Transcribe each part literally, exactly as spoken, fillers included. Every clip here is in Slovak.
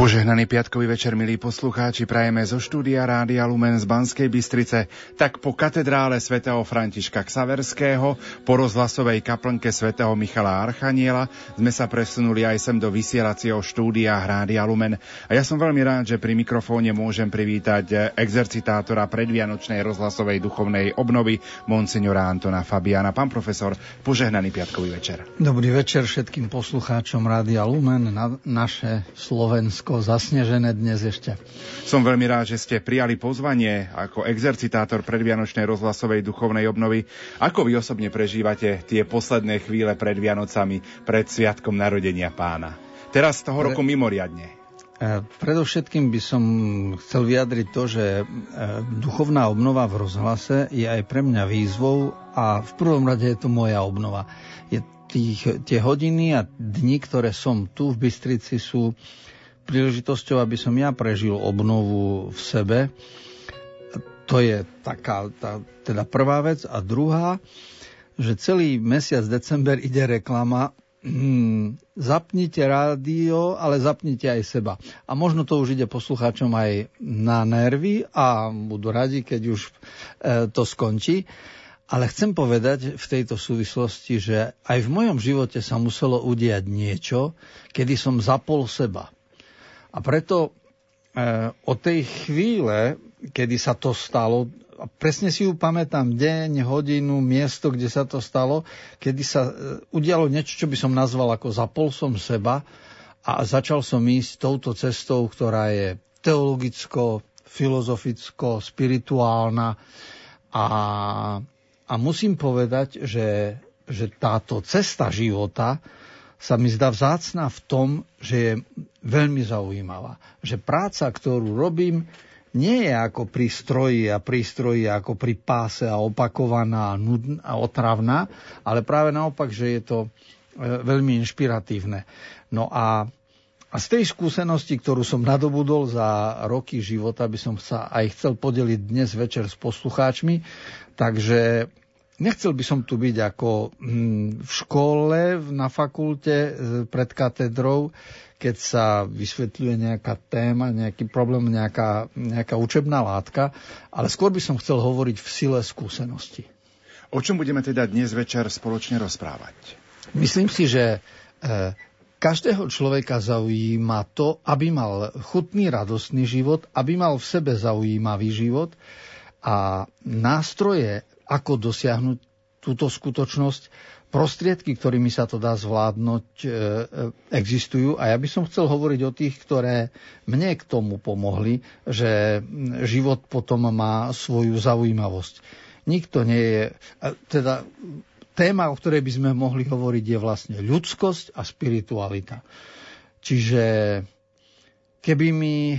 Požehnaný piatkový večer, milí poslucháči, prajeme zo štúdia Rádia Lumen z Banskej Bystrice, tak po katedrále svätého Františka Xaverského, po rozhlasovej kaplnke svätého Michala Archaniela sme sa presunuli aj sem do vysielacieho štúdia Rádia Lumen. A ja som veľmi rád, že pri mikrofóne môžem privítať exercitátora predvianočnej rozhlasovej duchovnej obnovy, monsignora Antona Fabiána. Pán profesor, požehnaný piatkový večer. Dobrý večer všetkým poslucháčom Rádia Lumen, na naše Slovensko zasnežené dnes ešte. Som veľmi rád, že ste prijali pozvanie ako exercitátor predvianočnej rozhlasovej duchovnej obnovy. Ako vy osobne prežívate tie posledné chvíle pred Vianocami, pred sviatkom narodenia Pána? Teraz toho roku mimoriadne. Predovšetkým by som chcel vyjadriť to, že duchovná obnova v rozhlase je aj pre mňa výzvou a v prvom rade je to moja obnova. Je tých, tie hodiny a dni, ktoré som tu v Bystrici, sú príležitosťou, aby som ja prežil obnovu v sebe. To je taká tá, teda prvá vec. A druhá, že celý mesiac december ide reklama. Hmm, zapnite rádio, ale zapnite aj seba. A možno to už ide poslucháčom aj na nervy a budú radi, keď už e, to skončí. Ale chcem povedať v tejto súvislosti, že aj v mojom živote sa muselo udiať niečo, kedy som zapol seba. A preto e, od tej chvíle, kedy sa to stalo, a presne si ju pamätám, deň, hodinu, miesto, kde sa to stalo, kedy sa e, udialo niečo, čo by som nazval ako zapol som seba a začal som ísť touto cestou, ktorá je teologicko, filozoficko, spirituálna. A, a musím povedať, že, že táto cesta života sa mi zdá vzácna v tom, že je veľmi zaujímavá. Že práca, ktorú robím, nie je ako pri stroji a prístroji, ako pri páse a opakovaná, nudná a otravná, ale práve naopak, že je to veľmi inšpiratívne. No a, a z tej skúsenosti, ktorú som nadobudol za roky života, by som sa aj chcel podeliť dnes večer s poslucháčmi, takže nechcel by som tu byť ako v škole, na fakulte, pred katedrou, keď sa vysvetľuje nejaká téma, nejaký problém, nejaká, nejaká učebná látka, ale skôr by som chcel hovoriť v sile skúsenosti. O čom budeme teda dnes večer spoločne rozprávať? Myslím si, že e, každého človeka zaujíma to, aby mal chutný, radostný život, aby mal v sebe zaujímavý život a nástroje, ako dosiahnuť túto skutočnosť, prostriedky, ktorými sa to dá zvládnuť, e, existujú. A ja by som chcel hovoriť o tých, ktoré mne k tomu pomohli, že život potom má svoju zaujímavosť. Nikto nie je... Teda téma, o ktorej by sme mohli hovoriť, je vlastne ľudskosť a spiritualita. Čiže keby mi...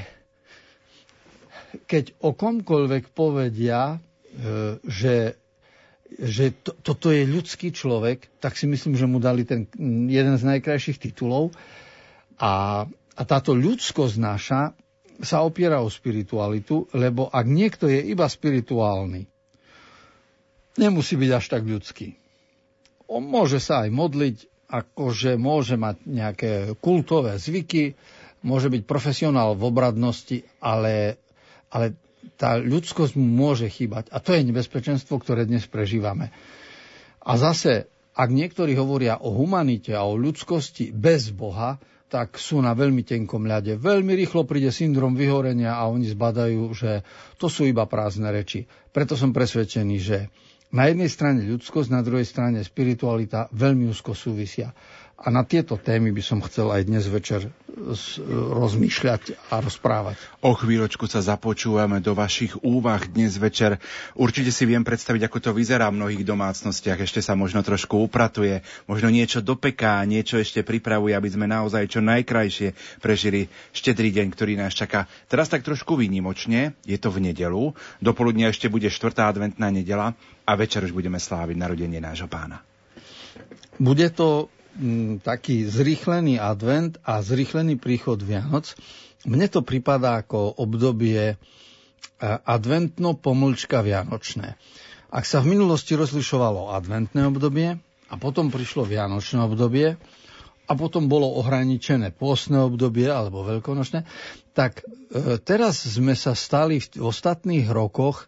Keď o komkoľvek povedia, že, že to, toto je ľudský človek, tak si myslím, že mu dali ten jeden z najkrajších titulov. A, a táto ľudskosť naša sa opiera o spiritualitu, lebo ak niekto je iba spirituálny, nemusí byť až tak ľudský. On môže sa aj modliť, akože môže mať nejaké kultové zvyky, môže byť profesionál v obradnosti, ale, ale tá ľudskosť mu môže chýbať. A to je nebezpečenstvo, ktoré dnes prežívame. A zase, ak niektorí hovoria o humanite a o ľudskosti bez Boha, tak sú na veľmi tenkom ľade. Veľmi rýchlo príde syndrom vyhorenia a oni zbadajú, že to sú iba prázdne reči. Preto som presvedčený, že na jednej strane ľudskosť, na druhej strane spiritualita veľmi úzko súvisia. A na tieto témy by som chcel aj dnes večer rozmýšľať a rozprávať. O chvíľočku sa započúvame do vašich úvah dnes večer. Určite si viem predstaviť, ako to vyzerá v mnohých domácnostiach. Ešte sa možno trošku upratuje, možno niečo dopeká, niečo ešte pripravuje, aby sme naozaj čo najkrajšie prežili štedrý deň, ktorý nás čaká. Teraz tak trošku výnimočne, je to v nedeľu, dopoludnia ešte bude štvrtá adventná nedeľa a večer už budeme sláviť narodenie nášho Pána. Bude to taký zrýchlený advent a zrýchlený príchod Vianoc. Mne to pripadá ako obdobie adventno pomlčka vianočné. Ak sa v minulosti rozlišovalo adventné obdobie a potom prišlo vianočné obdobie, a potom bolo ohraničené pôstne obdobie alebo veľkonočné, tak e, teraz sme sa stali v, v ostatných rokoch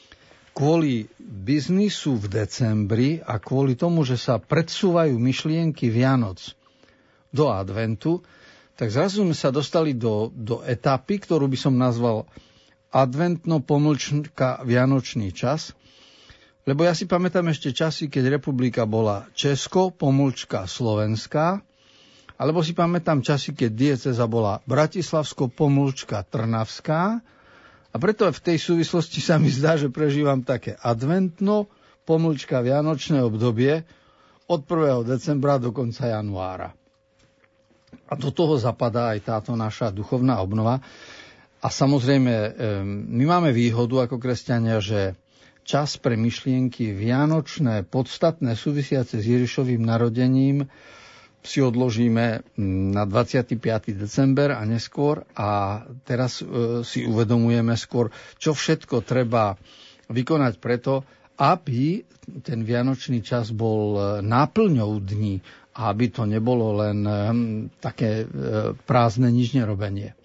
kvôli biznisu v decembri a kvôli tomu, že sa predsúvajú myšlienky Vianoc do adventu, tak zrazu sme sa dostali do, do etapy, ktorú by som nazval adventno-pomlčka Vianočný čas. Lebo ja si pamätám ešte časy, keď republika bola Česko, pomlčka Slovenská, alebo si pamätám časy, keď diecéza bola Bratislavsko, pomlčka Trnavská. A preto v tej súvislosti sa mi zdá, že prežívam také adventno, pomlčka Vianočné obdobie od prvého decembra do konca januára. A do toho zapadá aj táto naša duchovná obnova. A samozrejme, my máme výhodu ako kresťania, že čas pre myšlienky vianočné, podstatné, súvisiace s Ježišovým narodením si odložíme na dvadsiateho piateho december a neskôr. A teraz si uvedomujeme skôr, čo všetko treba vykonať preto, aby ten vianočný čas bol náplňou dní a aby to nebolo len také prázdne nič nerobenie.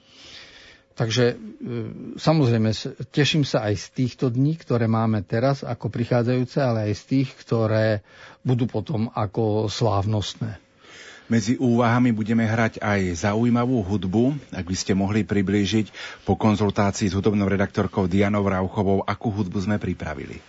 Takže samozrejme, teším sa aj z týchto dní, ktoré máme teraz ako prichádzajúce, ale aj z tých, ktoré budú potom ako slávnostné. Medzi úvahami budeme hrať aj zaujímavú hudbu. Ak by ste mohli priblížiť po konzultácii s hudobnou redaktorkou Dianou Rauchovou, akú hudbu sme pripravili?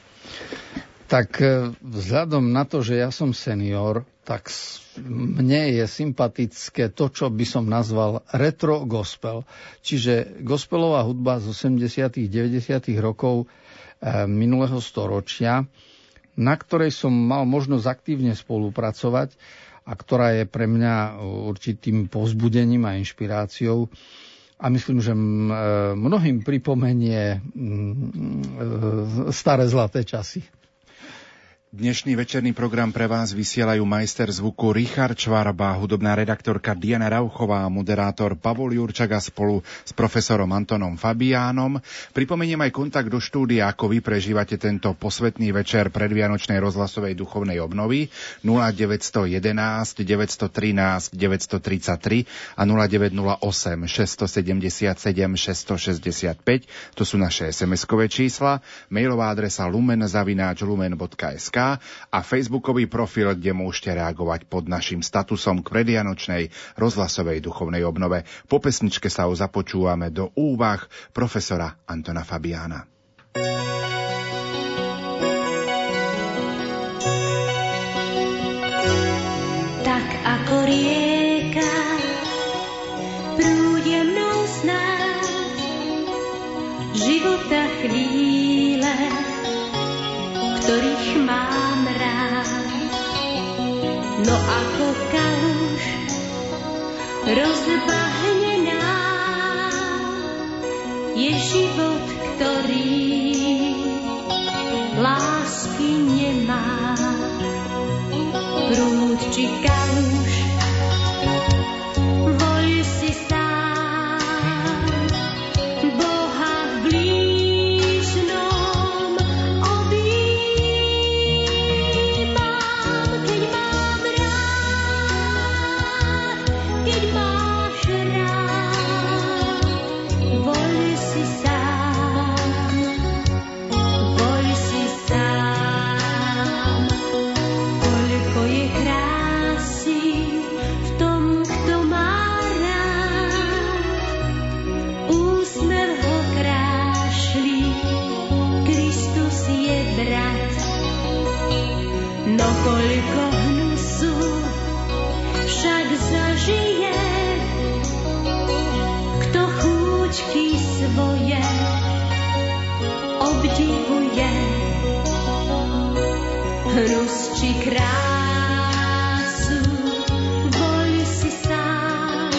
Tak vzhľadom na to, že ja som senior, tak mne je sympatické to, čo by som nazval retro gospel. Čiže gospelová hudba z osemdesiatych deväťdesiatych rokov minulého storočia, na ktorej som mal možnosť aktívne spolupracovať a ktorá je pre mňa určitým povzbudením a inšpiráciou. A myslím, že mnohým pripomenie staré zlaté časy. Dnešný večerný program pre vás vysielajú majster zvuku Richard Čvarba, hudobná redaktorka Diana Rauchová, moderátor Pavol Jurčaga spolu s profesorom Antonom Fabiánom. Pripomeniem aj kontakt do štúdia, ako vy prežívate tento posvetný večer predvianočnej rozhlasovej duchovnej obnovy nula deväť jedna jedna, deväť jedna tri, deväť tri tri a nula deväť nula osem, šesť sedem sedem, šesť šesť päť. To sú naše es em eskové čísla, mailová adresa lumen zavináč lumen bodka es ká a facebookový profil, kde môžete reagovať pod našim statusom k predvianočnej rozhlasovej duchovnej obnove. Po pesničke sa ho započúvame do úvah profesora Antona Fabiána. Tak ako rieka prúde mnou snáď života chvíle, ktorých mám rád. No ako kaluž rozbahnená je život, ktorý lásky nemá. Prúd či kaluž, voľ si sám, Boha v blížnom objímam. Keď mám rád, keď máš rád, voľ si sám, voľ si sám. Koľko je krásy v tom, kto má rád, úsmev ho krášli, Kristus je brat. No koľko hnusu však zažije, kto chúčky svoje obdivuje. Hnus či krásu, voľ si sám,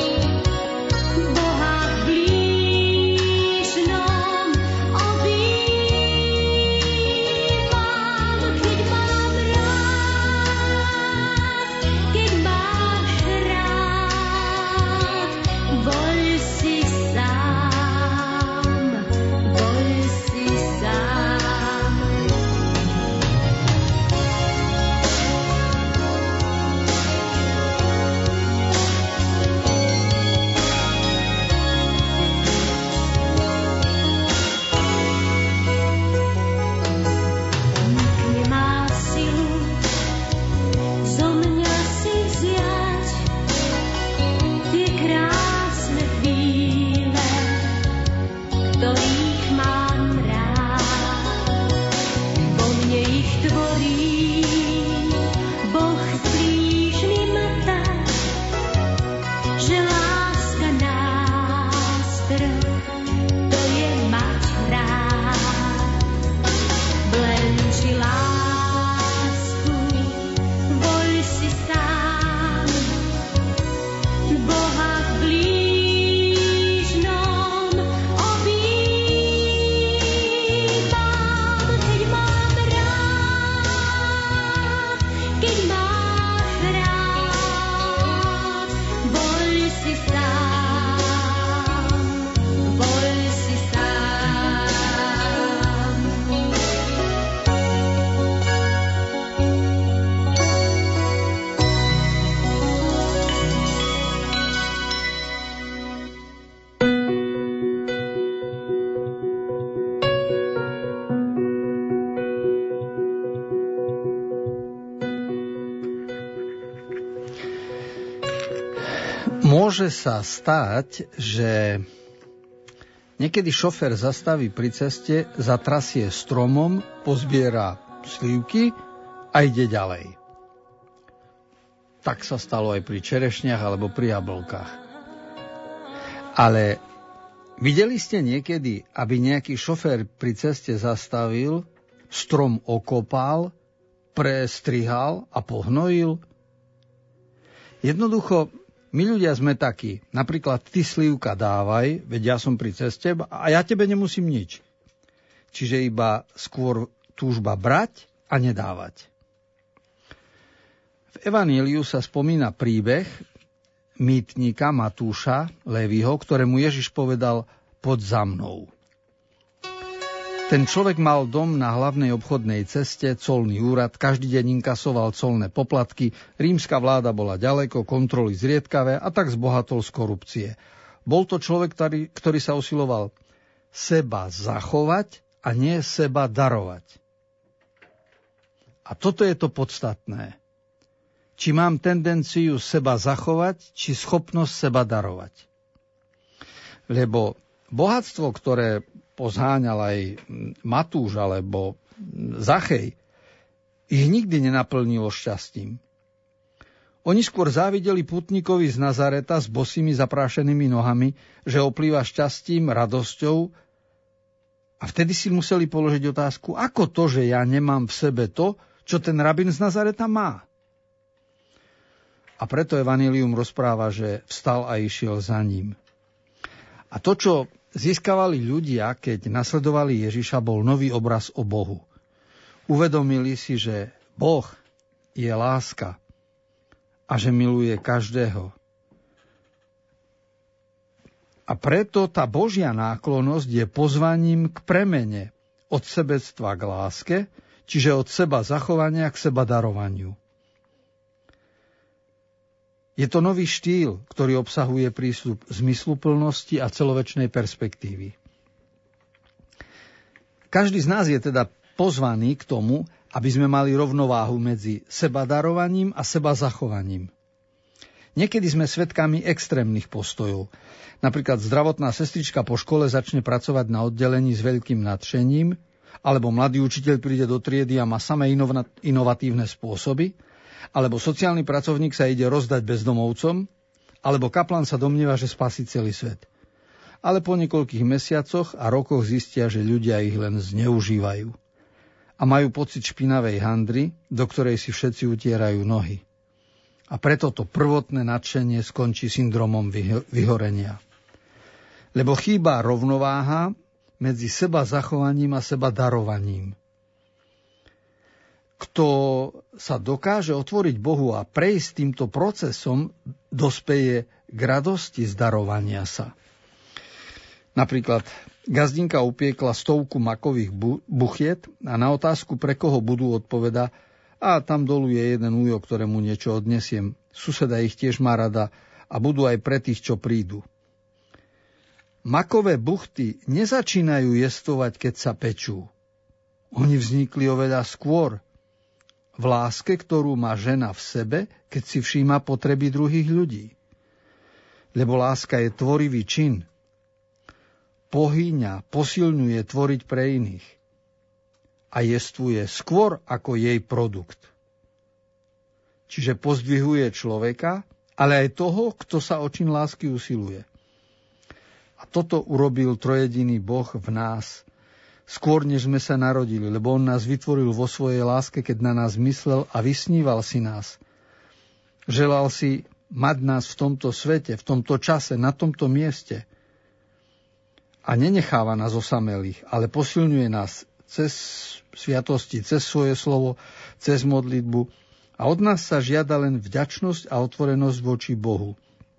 Boha v blížnom objímam. Keď mám rád, keď máš rád, voľ si sám, voľ si sám. Môže sa stať, že niekedy šofér zastaví pri ceste, zatrasie stromom, pozbiera slivky a ide ďalej. Tak sa stalo aj pri čerešniach alebo pri jablkách. Ale videli ste niekedy, aby nejaký šofér pri ceste zastavil, strom okopal, prestrihal a pohnojil? Jednoducho, my ľudia sme takí. Napríklad ty slivka dávaj, veď ja som pri ceste a ja tebe nemusím nič. Čiže iba skôr túžba brať a nedávať. V Evaníliu sa spomína príbeh mýtnika Matúša Lévyho, ktorému Ježiš povedal: poď za mnou. Ten človek mal dom na hlavnej obchodnej ceste, colný úrad, každý deň inkasoval colné poplatky, rímska vláda bola ďaleko, kontroly zriedkavé a tak zbohatol z korupcie. Bol to človek, ktorý, ktorý sa usiloval seba zachovať a nie seba darovať. A toto je to podstatné. Či mám tendenciu seba zachovať, či schopnosť seba darovať. Lebo bohatstvo, ktoré pozháňal aj Matúš alebo Zachej, ich nikdy nenaplnilo šťastím. Oni skôr závideli putníkovi z Nazareta s bosými zaprášenými nohami, že oplýva šťastím, radosťou, a vtedy si museli položiť otázku, ako to, že ja nemám v sebe to, čo ten rabín z Nazareta má. A preto Evanjelium rozpráva, že vstal a išiel za ním. A to, čo získavali ľudia, keď nasledovali Ježiša, bol nový obraz o Bohu. Uvedomili si, že Boh je láska a že miluje každého. A preto tá Božia náklonnosť je pozvaním k premene od sebectva k láske, čiže od seba zachovania k seba darovaniu. Je to nový štýl, ktorý obsahuje prístup zmysluplnosti a celovečnej perspektívy. Každý z nás je teda pozvaný k tomu, aby sme mali rovnováhu medzi sebadarovaním a sebazachovaním. Niekedy sme svedkami extrémnych postojov. Napríklad zdravotná sestrička po škole začne pracovať na oddelení s veľkým nadšením, alebo mladý učiteľ príde do triedy a má samé inovatívne spôsoby, alebo sociálny pracovník sa ide rozdať bezdomovcom, alebo kaplan sa domnieva, že spasí celý svet. Ale po niekoľkých mesiacoch a rokoch zistia, že ľudia ich len zneužívajú. A majú pocit špinavej handry, do ktorej si všetci utierajú nohy. A preto to prvotné nadšenie skončí syndromom vyhorenia. Lebo chýba rovnováha medzi seba zachovaním a seba darovaním. Kto sa dokáže otvoriť Bohu a prejsť týmto procesom, dospeje k radosti z darovania sa. Napríklad gazdinka upiekla stovku makových buchiet a na otázku, pre koho budú, odpoveda: a tam dolu je jeden újo, ktorému niečo odnesiem. Suseda ich tiež má rada a budú aj pre tých, čo prídu. Makové buchty nezačínajú jestovať, keď sa pečú. Oni vznikli oveľa skôr, v láske, ktorú má žena v sebe, keď si všíma potreby druhých ľudí. Lebo láska je tvorivý čin. Pohýňa, posilňuje tvoriť pre iných. A jestvuje skôr ako jej produkt. Čiže pozdvihuje človeka, ale aj toho, kto sa o čin lásky usiluje. A toto urobil trojediný Boh v nás, skôr, než sme sa narodili, lebo on nás vytvoril vo svojej láske, keď na nás myslel a vysníval si nás. Želal si mať nás v tomto svete, v tomto čase, na tomto mieste. A nenecháva nás osamelých, ale posilňuje nás cez sviatosti, cez svoje slovo, cez modlitbu. A od nás sa žiada len vďačnosť a otvorenosť voči Bohu.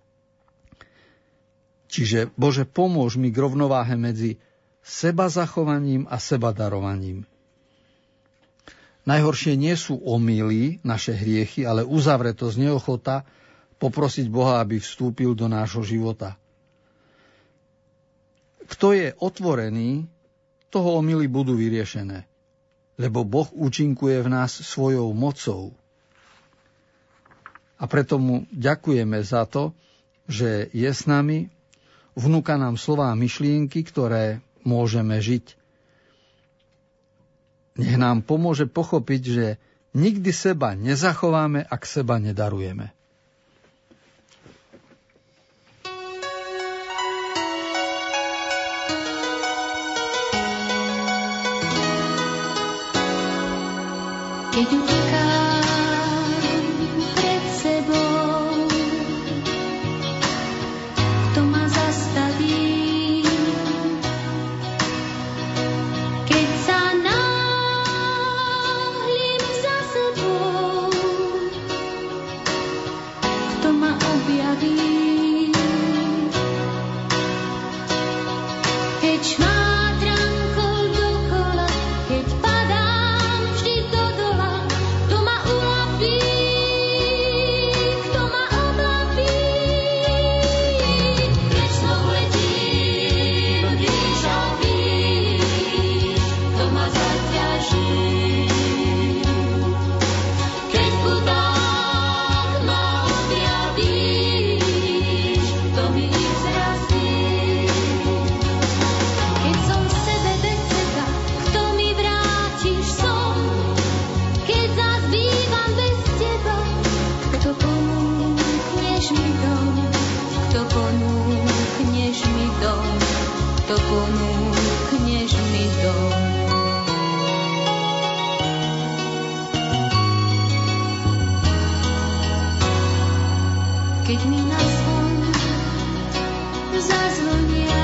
Čiže, Bože, pomôž mi k rovnováhe medzi seba zachovaním a seba darovaním. Najhoršie nie sú omyly, naše hriechy, ale uzavretosť, neochota poprosiť Boha, aby vstúpil do nášho života. Kto je otvorený, toho omyly budú vyriešené, lebo Boh účinkuje v nás svojou mocou. A preto mu ďakujeme za to, že je s nami, vnúka nám slová a myšlienky, ktoré môžeme žiť. Nech nám pomôže pochopiť, že nikdy seba nezachováme, ak seba nedarujeme. Keď utekám pred sebou, kto ma zastaví? Keď sa náhlim za sebou, kto ma objaví? Keď šmátram kol dokola, keď padám vždy do dola, kto ma ulapí, kto ma oblaví? Keď snou letím, kríža víš, kto ma zaťaží? Keď v putách ma objavíš, kto mi ich zrazí? Keď som v sebe bez seba, kto mi vrátiš som? Keď zás bývam bez teba, kto ponúkneš mi dom? Kto ponúkneš mi dom? Kto ponúkneš mi dom? Keď mi na zvon zazvonia,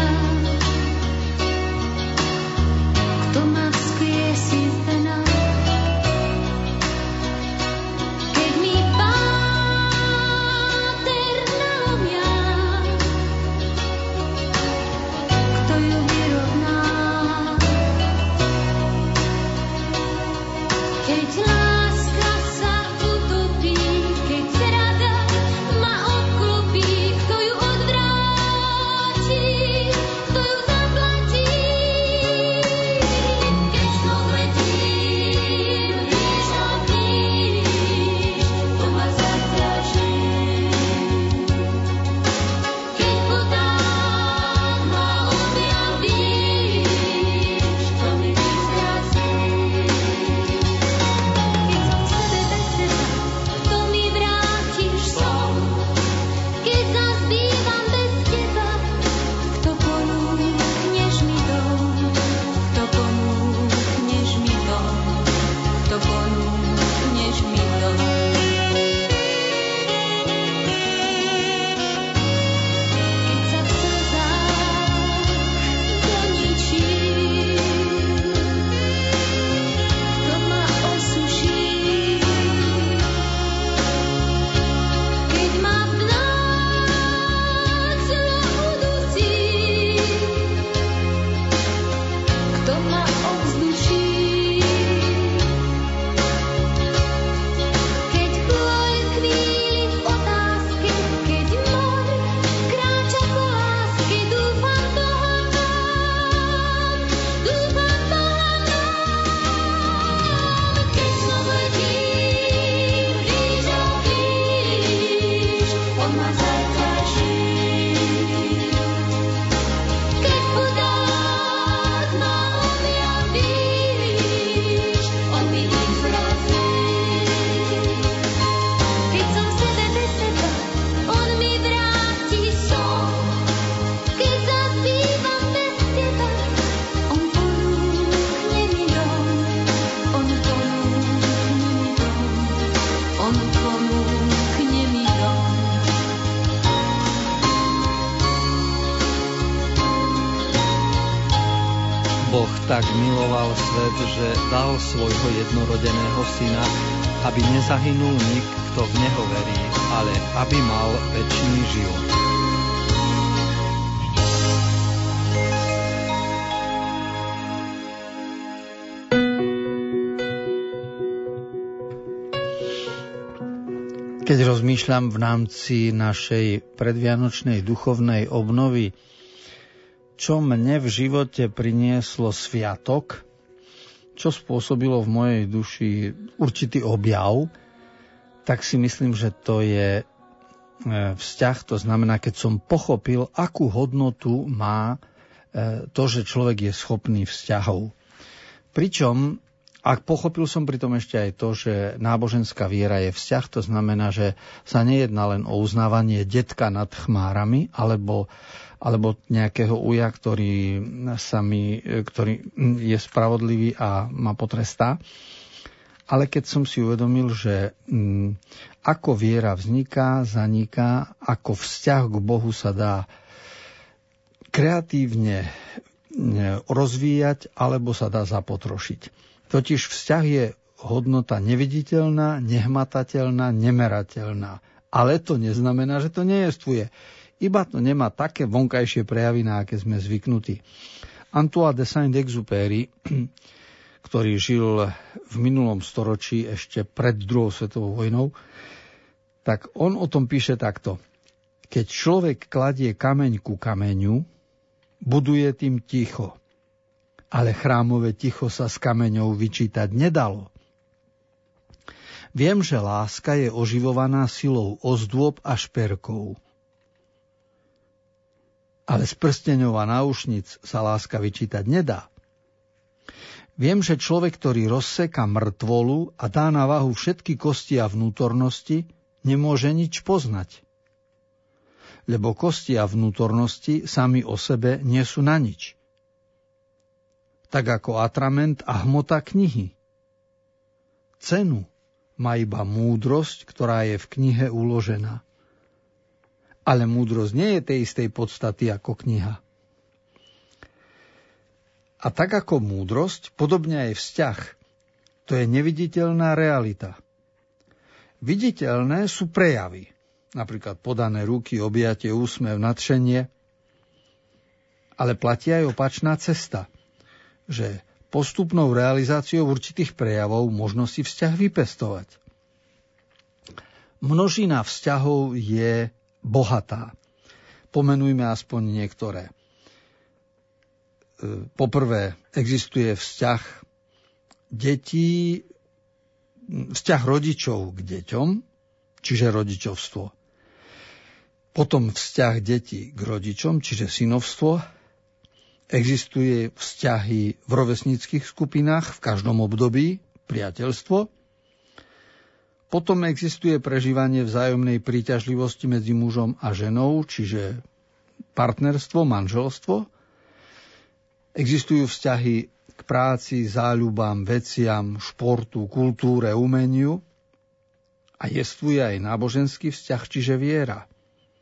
kto ma vzkriesí z dna? Keď mi páter nalomia, kto ju vyrovná? Keď láska sa utopí, keď zrada ma obklopí, kto ju odvráti, kto ju zaplatí? Keď snou letím, kríža víš, kto ma zaťaží? Keď v putách ma objavíš, kto mi vyzrazí? Keď som v sebe bez seba, kto mi vrátiš som? Keď zás bývam bez teba, kto ponúkneš mi dom? Kto ponúkneš mi dom? Kto ponúkneš mi dom? Keď sa v slzách doničím, kto ma osuší? Keď ma v noc udusí, kto ma ovzduší? Keď ploj chvíli v otázke, keď môj kráča po láske, dúfam Boha mám, dúfam Boha mám. Keď snom letím, kríža víš, on ma zaťaží. Keď v putách ma objavíš, on mi ich zrazí. Keď som v sebe bez seba, on mi vráti som. Keď zás bývam bez teba, on ponúkne mi dom. On ponúkne mi dom. On ponúkne mi dom. Boh tak miloval svet, že dal svojho jednorodeného syna, aby nezahynul nik, kto v neho verí, ale aby mal večný život. Keď rozmýšľam v rámci našej predvianočnej duchovnej obnovy, čo mne v živote prinieslo sviatok, čo spôsobilo v mojej duši určitý objav, tak si myslím, že to je vzťah, to znamená, keď som pochopil, akú hodnotu má to, že človek je schopný vzťahov. Pričom, ak pochopil som pritom ešte aj to, že náboženská viera je vzťah, to znamená, že sa nejedná len o uznávanie detka nad chmárami, alebo, alebo nejakého uja, ktorý, sa mi, ktorý je spravodlivý a ma potrestá. Ale keď som si uvedomil, že m, ako viera vzniká, zaniká, ako vzťah k Bohu sa dá kreatívne rozvíjať, alebo sa dá zapotrošiť. Totiž vzťah je hodnota neviditeľná, nehmatateľná, nemerateľná. Ale to neznamená, že to nejestvuje. Iba to nemá také vonkajšie prejavy, na aké sme zvyknutí. Antoine de Saint-Exupéry, ktorý žil v minulom storočí ešte pred druhou svetovou vojnou, tak on o tom píše takto. Keď človek kladie kameň ku kameňu, buduje tým ticho. Ale chrámové ticho sa s kameňou vyčítať nedalo. Viem, že láska je oživovaná silou ozdôb a šperkov. Ale z prsteňov a náušnic sa láska vyčítať nedá. Viem, že človek, ktorý rozseká mŕtvolu a dá na váhu všetky kosti a vnútornosti, nemôže nič poznať. Lebo kosti a vnútornosti sami o sebe nie sú na nič. Tak ako atrament a hmota knihy. Cenu má iba múdrosť, ktorá je v knihe uložená. Ale múdrosť nie je tej istej podstaty ako kniha. A tak ako múdrosť, podobne aj vzťah, to je neviditeľná realita. Viditeľné sú prejavy, napríklad podané ruky, objatie, úsmev, nadšenie, ale platí aj opačná cesta, že postupnou realizáciou určitých prejavov možno si vzťah vypestovať. Množina vzťahov je bohatá. Pomenujme aspoň niektoré. Poprvé, existuje vzťah detí, vzťah rodičov k deťom, čiže rodičovstvo. Potom vzťah detí k rodičom, čiže synovstvo. Existuje vzťahy v rovesníckych skupinách v každom období, priateľstvo. Potom existuje prežívanie vzájomnej príťažlivosti medzi mužom a ženou, čiže partnerstvo, manželstvo. Existujú vzťahy k práci, záľubám, veciam, športu, kultúre, umeniu a jestvuje aj náboženský vzťah, čiže viera.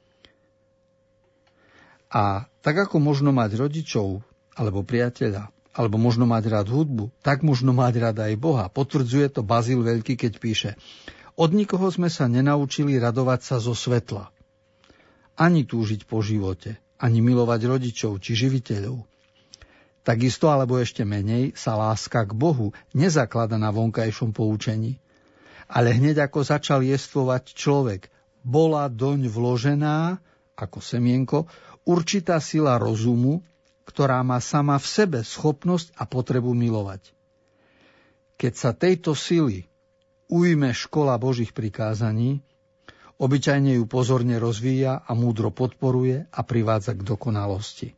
A tak ako možno mať rodičov alebo priateľa, alebo možno mať rád hudbu, tak možno mať rád aj Boha. Potvrdzuje to Bazil Veľký, keď píše: Od nikoho sme sa nenaučili radovať sa zo svetla, ani túžiť po živote, ani milovať rodičov či živiteľov. Takisto, alebo ešte menej, sa láska k Bohu nezaklada na vonkajšom poučení. Ale hneď ako začal jestvovať človek, bola doň vložená, ako semienko, určitá sila rozumu, ktorá má sama v sebe schopnosť a potrebu milovať. Keď sa tejto sily ujme škola Božích prikázaní, obyčajne ju pozorne rozvíja a múdro podporuje a privádza k dokonalosti.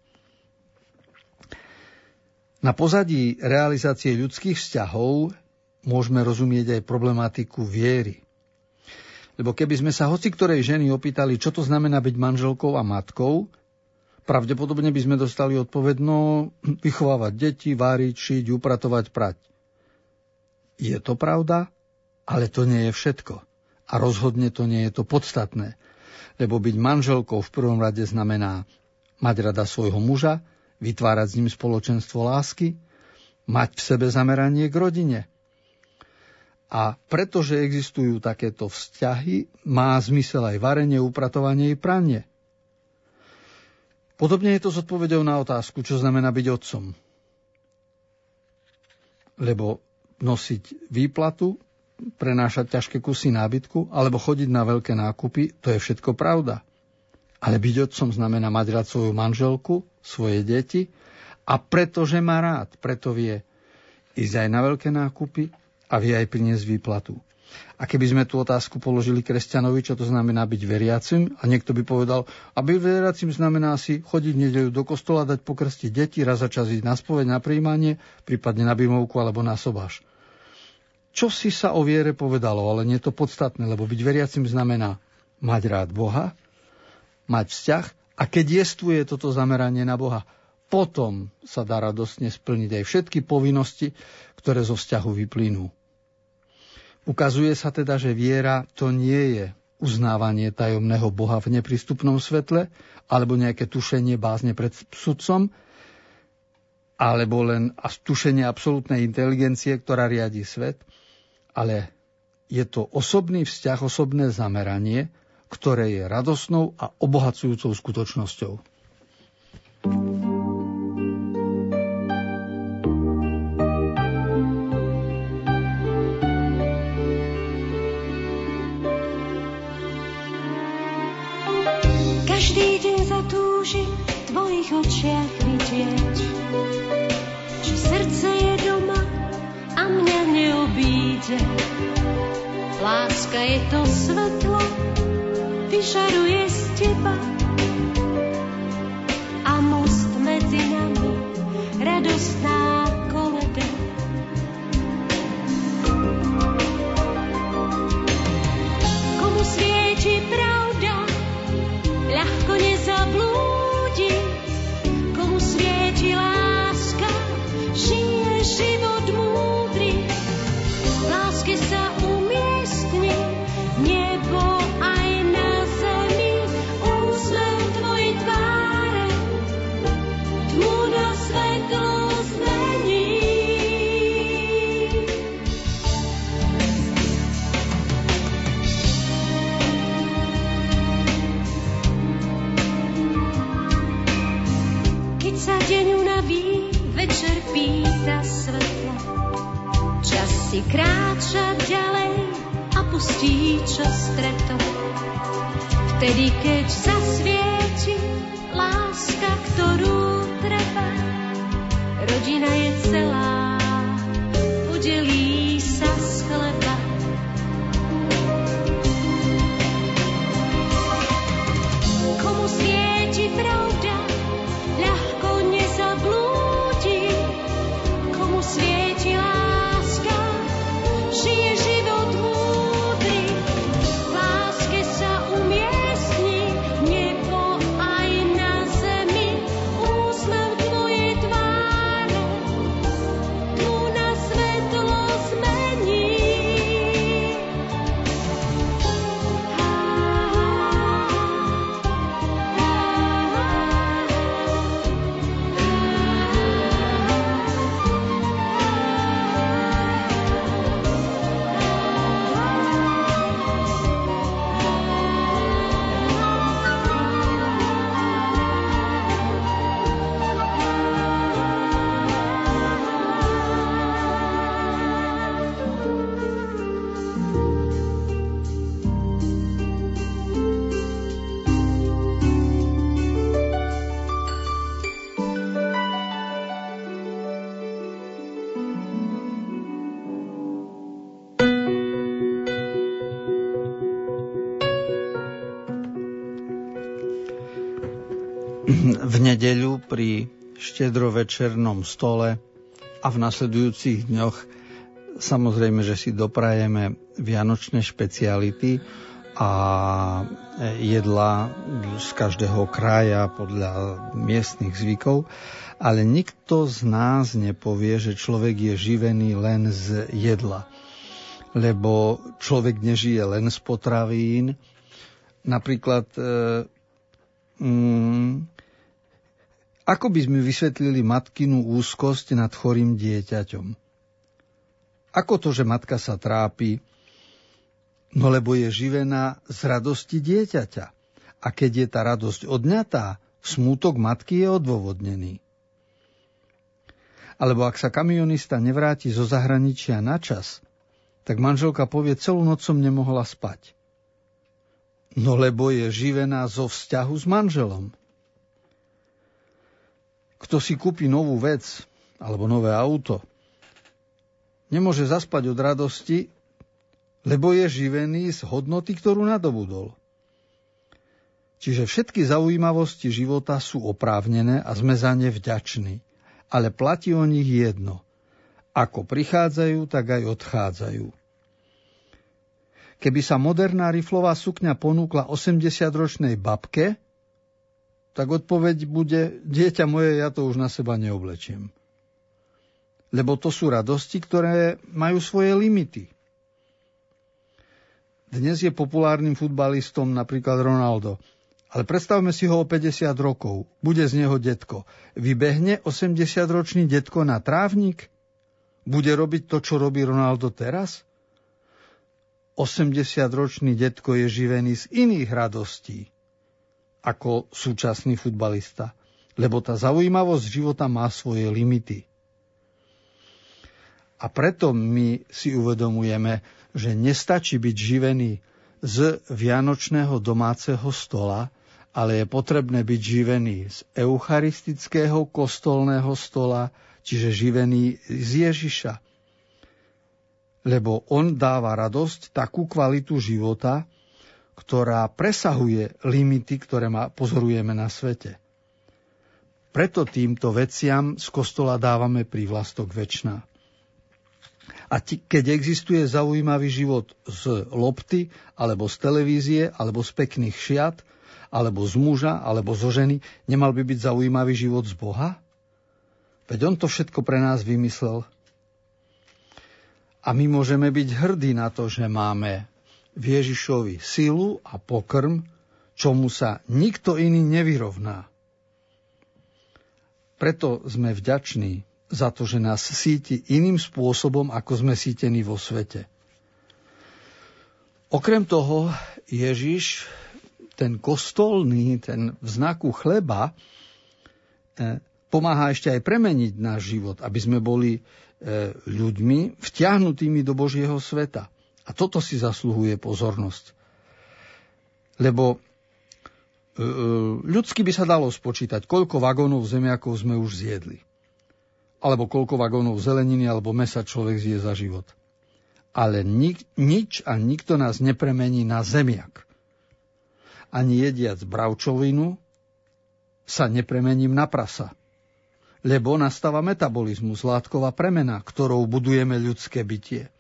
Na pozadí realizácie ľudských vzťahov môžeme rozumieť aj problematiku viery. Lebo keby sme sa hociktorej ženy opýtali, čo to znamená byť manželkou a matkou, pravdepodobne by sme dostali odpoveď, no vychovávať deti, váriť, šiť, upratovať, prať. Je to pravda, ale to nie je všetko. A rozhodne to nie je to podstatné. Lebo byť manželkou v prvom rade znamená mať rada svojho muža, vytvárať s ním spoločenstvo lásky, mať v sebe zameranie k rodine. A pretože existujú takéto vzťahy, má zmysel aj varenie, upratovanie i pranie. Podobne je to s odpoveďou na otázku, čo znamená byť otcom. Lebo nosiť výplatu, prenášať ťažké kusy nábytku alebo chodiť na veľké nákupy, to je všetko pravda. Ale byť otcom znamená mať rád svoju manželku, svoje deti a pretože má rád, preto vie ísť aj na veľké nákupy a vie aj priniesť výplatu. A keby sme tú otázku položili kresťanovi, čo to znamená byť veriacim, a niekto by povedal, a byť veriacim znamená si chodiť v nedeľu do kostola, dať pokrstiť deti, raz za čas ísť na spoveď, na prijímanie, prípadne na bimovku alebo na sobáš. Čo si sa o viere povedalo, ale nie je to podstatné, lebo byť veriacim znamená mať rád Boha, mať vzťah, a keď jestvuje toto zameranie na Boha, potom sa dá radostne splniť aj všetky povinnosti, ktoré zo vzťahu vyplynú. Ukazuje sa teda, že viera to nie je uznávanie tajomného Boha v neprístupnom svetle, alebo nejaké tušenie bázne pred sudcom, alebo len tušenie absolútnej inteligencie, ktorá riadi svet, ale je to osobný vzťah, osobné zameranie, ktoré je radosnou a obohacujúcou skutočnosťou. Každý deň zatúžim v tvojich očiach vidieť, že srdce je doma a mňa neobíde. Láska je to svetlo, vyžaruje z teba a most medzi nami, radostná koleda. Komu svieti pravda, ľahko nezablúdi, komu svieti láska, žije život múdry. V láske sa umiestni nebo aj na zemi, úsmev tvojej tváre tmu na svetlo zmení. Keď sa deň unaví, večer pýta svetlo, čas si kráčať ďalej a pustí, čo stretol. Vtedy, keď zasvieti láska, ktorú treba, rodina je celá, podelí sa z chleba. Komu svieti pravda, ľahko nezablúdi, komu svieti láska, žije život múdry. V láske sa umiestni nebo aj na zemi, úsmev tvojej tváre tmu na svetlo zmení. V nedeľu pri štedrovečernom stole a v nasledujúcich dňoch samozrejme, že si doprajeme vianočné špeciality a jedla z každého kraja podľa miestnych zvykov, ale nikto z nás nepovie, že človek je živený len z jedla. Lebo človek nežije len z potravín. Napríklad e, mm, ako by sme vysvetlili matkinu úzkosť nad chorým dieťaťom? Ako to, že matka sa trápi? No lebo je živená z radosti dieťaťa. A keď je tá radosť odňatá, smútok matky je odôvodnený. Alebo ak sa kamionista nevráti zo zahraničia na čas, tak manželka povie, celú noc som nemohla spať. No lebo je živená zo vzťahu s manželom. Kto si kúpi novú vec alebo nové auto, nemôže zaspať od radosti, lebo je živený z hodnoty, ktorú nadobudol. Čiže všetky zaujímavosti života sú oprávnené a sme za ne vďační. Ale platí o nich jedno. Ako prichádzajú, tak aj odchádzajú. Keby sa moderná riflová sukňa ponúkla osemdesiatročnej babke, tak odpoveď bude: dieťa moje, ja to už na seba neoblečiem. Lebo to sú radosti, ktoré majú svoje limity. Dnes je populárnym futbalistom napríklad Ronaldo. Ale predstavme si ho o päťdesiat rokov. Bude z neho detko. Vybehne osemdesiatročný detko na trávnik? Bude robiť to, čo robí Ronaldo teraz? osemdesiatročný detko je živený z iných radostí ako súčasný futbalista. Lebo tá zaujímavosť života má svoje limity. A preto my si uvedomujeme, že nestačí byť živený z vianočného domáceho stola, ale je potrebné byť živený z eucharistického kostolného stola, čiže živený z Ježiša. Lebo on dáva radosť, takú kvalitu života, ktorá presahuje limity, ktoré ma pozorujeme na svete. Preto týmto veciam z kostola dávame prívlastok večná. A ti, keď existuje zaujímavý život z lopty, alebo z televízie, alebo z pekných šiat, alebo z muža, alebo zo ženy, nemal by byť zaujímavý život z Boha? Veď on to všetko pre nás vymyslel. A my môžeme byť hrdí na to, že máme v Ježišovi silu a pokrm, čomu sa nikto iný nevyrovná. Preto sme vďační za to, že nás síti iným spôsobom, ako sme sítení vo svete. Okrem toho, Ježiš, ten kostolný, ten v znaku chleba, pomáha ešte aj premeniť náš život, aby sme boli ľuďmi vtiahnutými do Božieho sveta. A toto si zasluhuje pozornosť. Lebo ľudsky by sa dalo spočítať, koľko vagónov zemiakov sme už zjedli. Alebo koľko vagónov zeleniny alebo mesa človek zje za život. Ale nik, nič a nikto nás nepremení na zemiak. Ani jediac bravčovinu sa nepremením na prasa. Lebo nastáva metabolizmus, látková premena, ktorou budujeme ľudské bytie.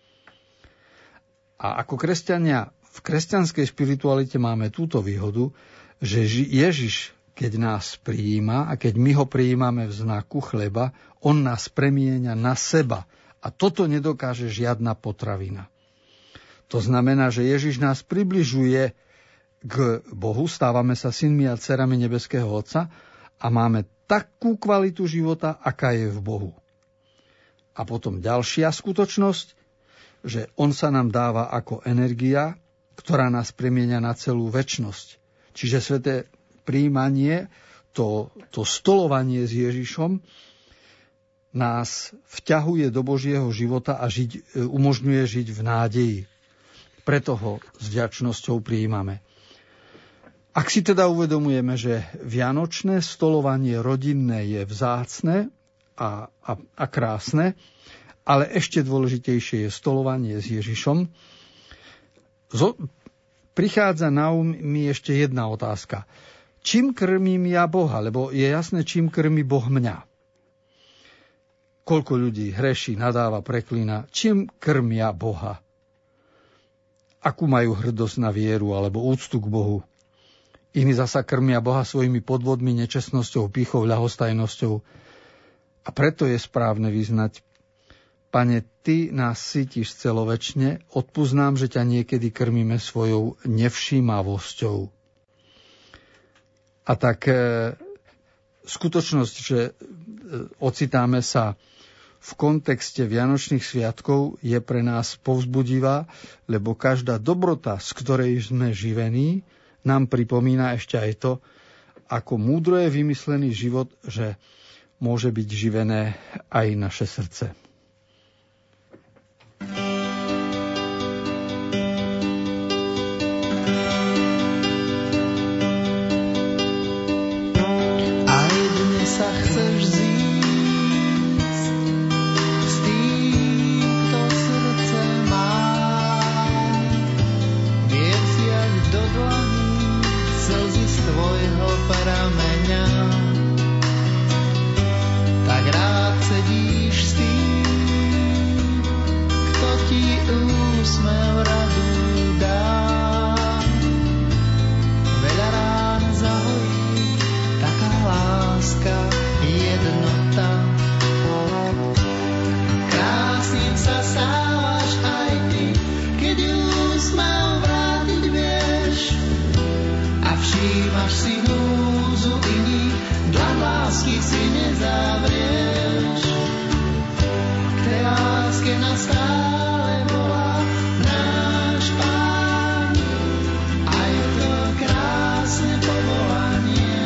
A ako kresťania v kresťanskej spiritualite máme túto výhodu, že Ježiš, keď nás prijíma a keď my ho prijímame v znaku chleba, on nás premieňa na seba. A toto nedokáže žiadna potravina. To znamená, že Ježiš nás približuje k Bohu, stávame sa synmi a dcerami nebeského Otca a máme takú kvalitu života, aká je v Bohu. A potom ďalšia skutočnosť, že on sa nám dáva ako energia, ktorá nás premieňa na celú večnosť. Čiže sväté prijímanie, to, to stolovanie s Ježišom nás vťahuje do Božieho života a žiť, umožňuje žiť v nádeji. Preto ho s vďačnosťou prijímame. Ak si teda uvedomujeme, že vianočné stolovanie rodinné je vzácne a, a, a krásne, ale ešte dôležitejšie je stolovanie s Ježišom, zo, prichádza na um mi ešte jedna otázka. Čím krmím ja Boha? Lebo je jasné, čím krmí Boh mňa. Koľko ľudí hreší, nadáva, preklína. Čím krmia Boha? Akú majú hrdosť na vieru alebo úctu k Bohu? Iní zasa krmia Boha svojimi podvodmi, nečestnosťou, pýchou, ľahostajnosťou. A preto je správne vyznať: Pane, Ty nás sítiš celovečne, odpusť nám, že ťa niekedy krmíme svojou nevšímavosťou. A tak e, skutočnosť, že e, ocitáme sa v kontexte Vianočných sviatkov, je pre nás povzbudivá, lebo každá dobrota, z ktorej sme živení, nám pripomína ešte aj to, ako múdro je vymyslený život, že môže byť živené aj naše srdce. Aj dnes sa chceš zísť s tým, kto srdce má. tvojho prameňa. Tak rád sedíš s tým, kto ti úsmev radu dá. Veľa rán zahojí taká láska, jednota. Krásnym sa stávaš aj ty, keď úsmev vrátiť vieš. A všímaš si núdzu iných, dlaň lásky si nezavrieš. K tej láske nás stále volá náš Pán, a je to krásne povolanie.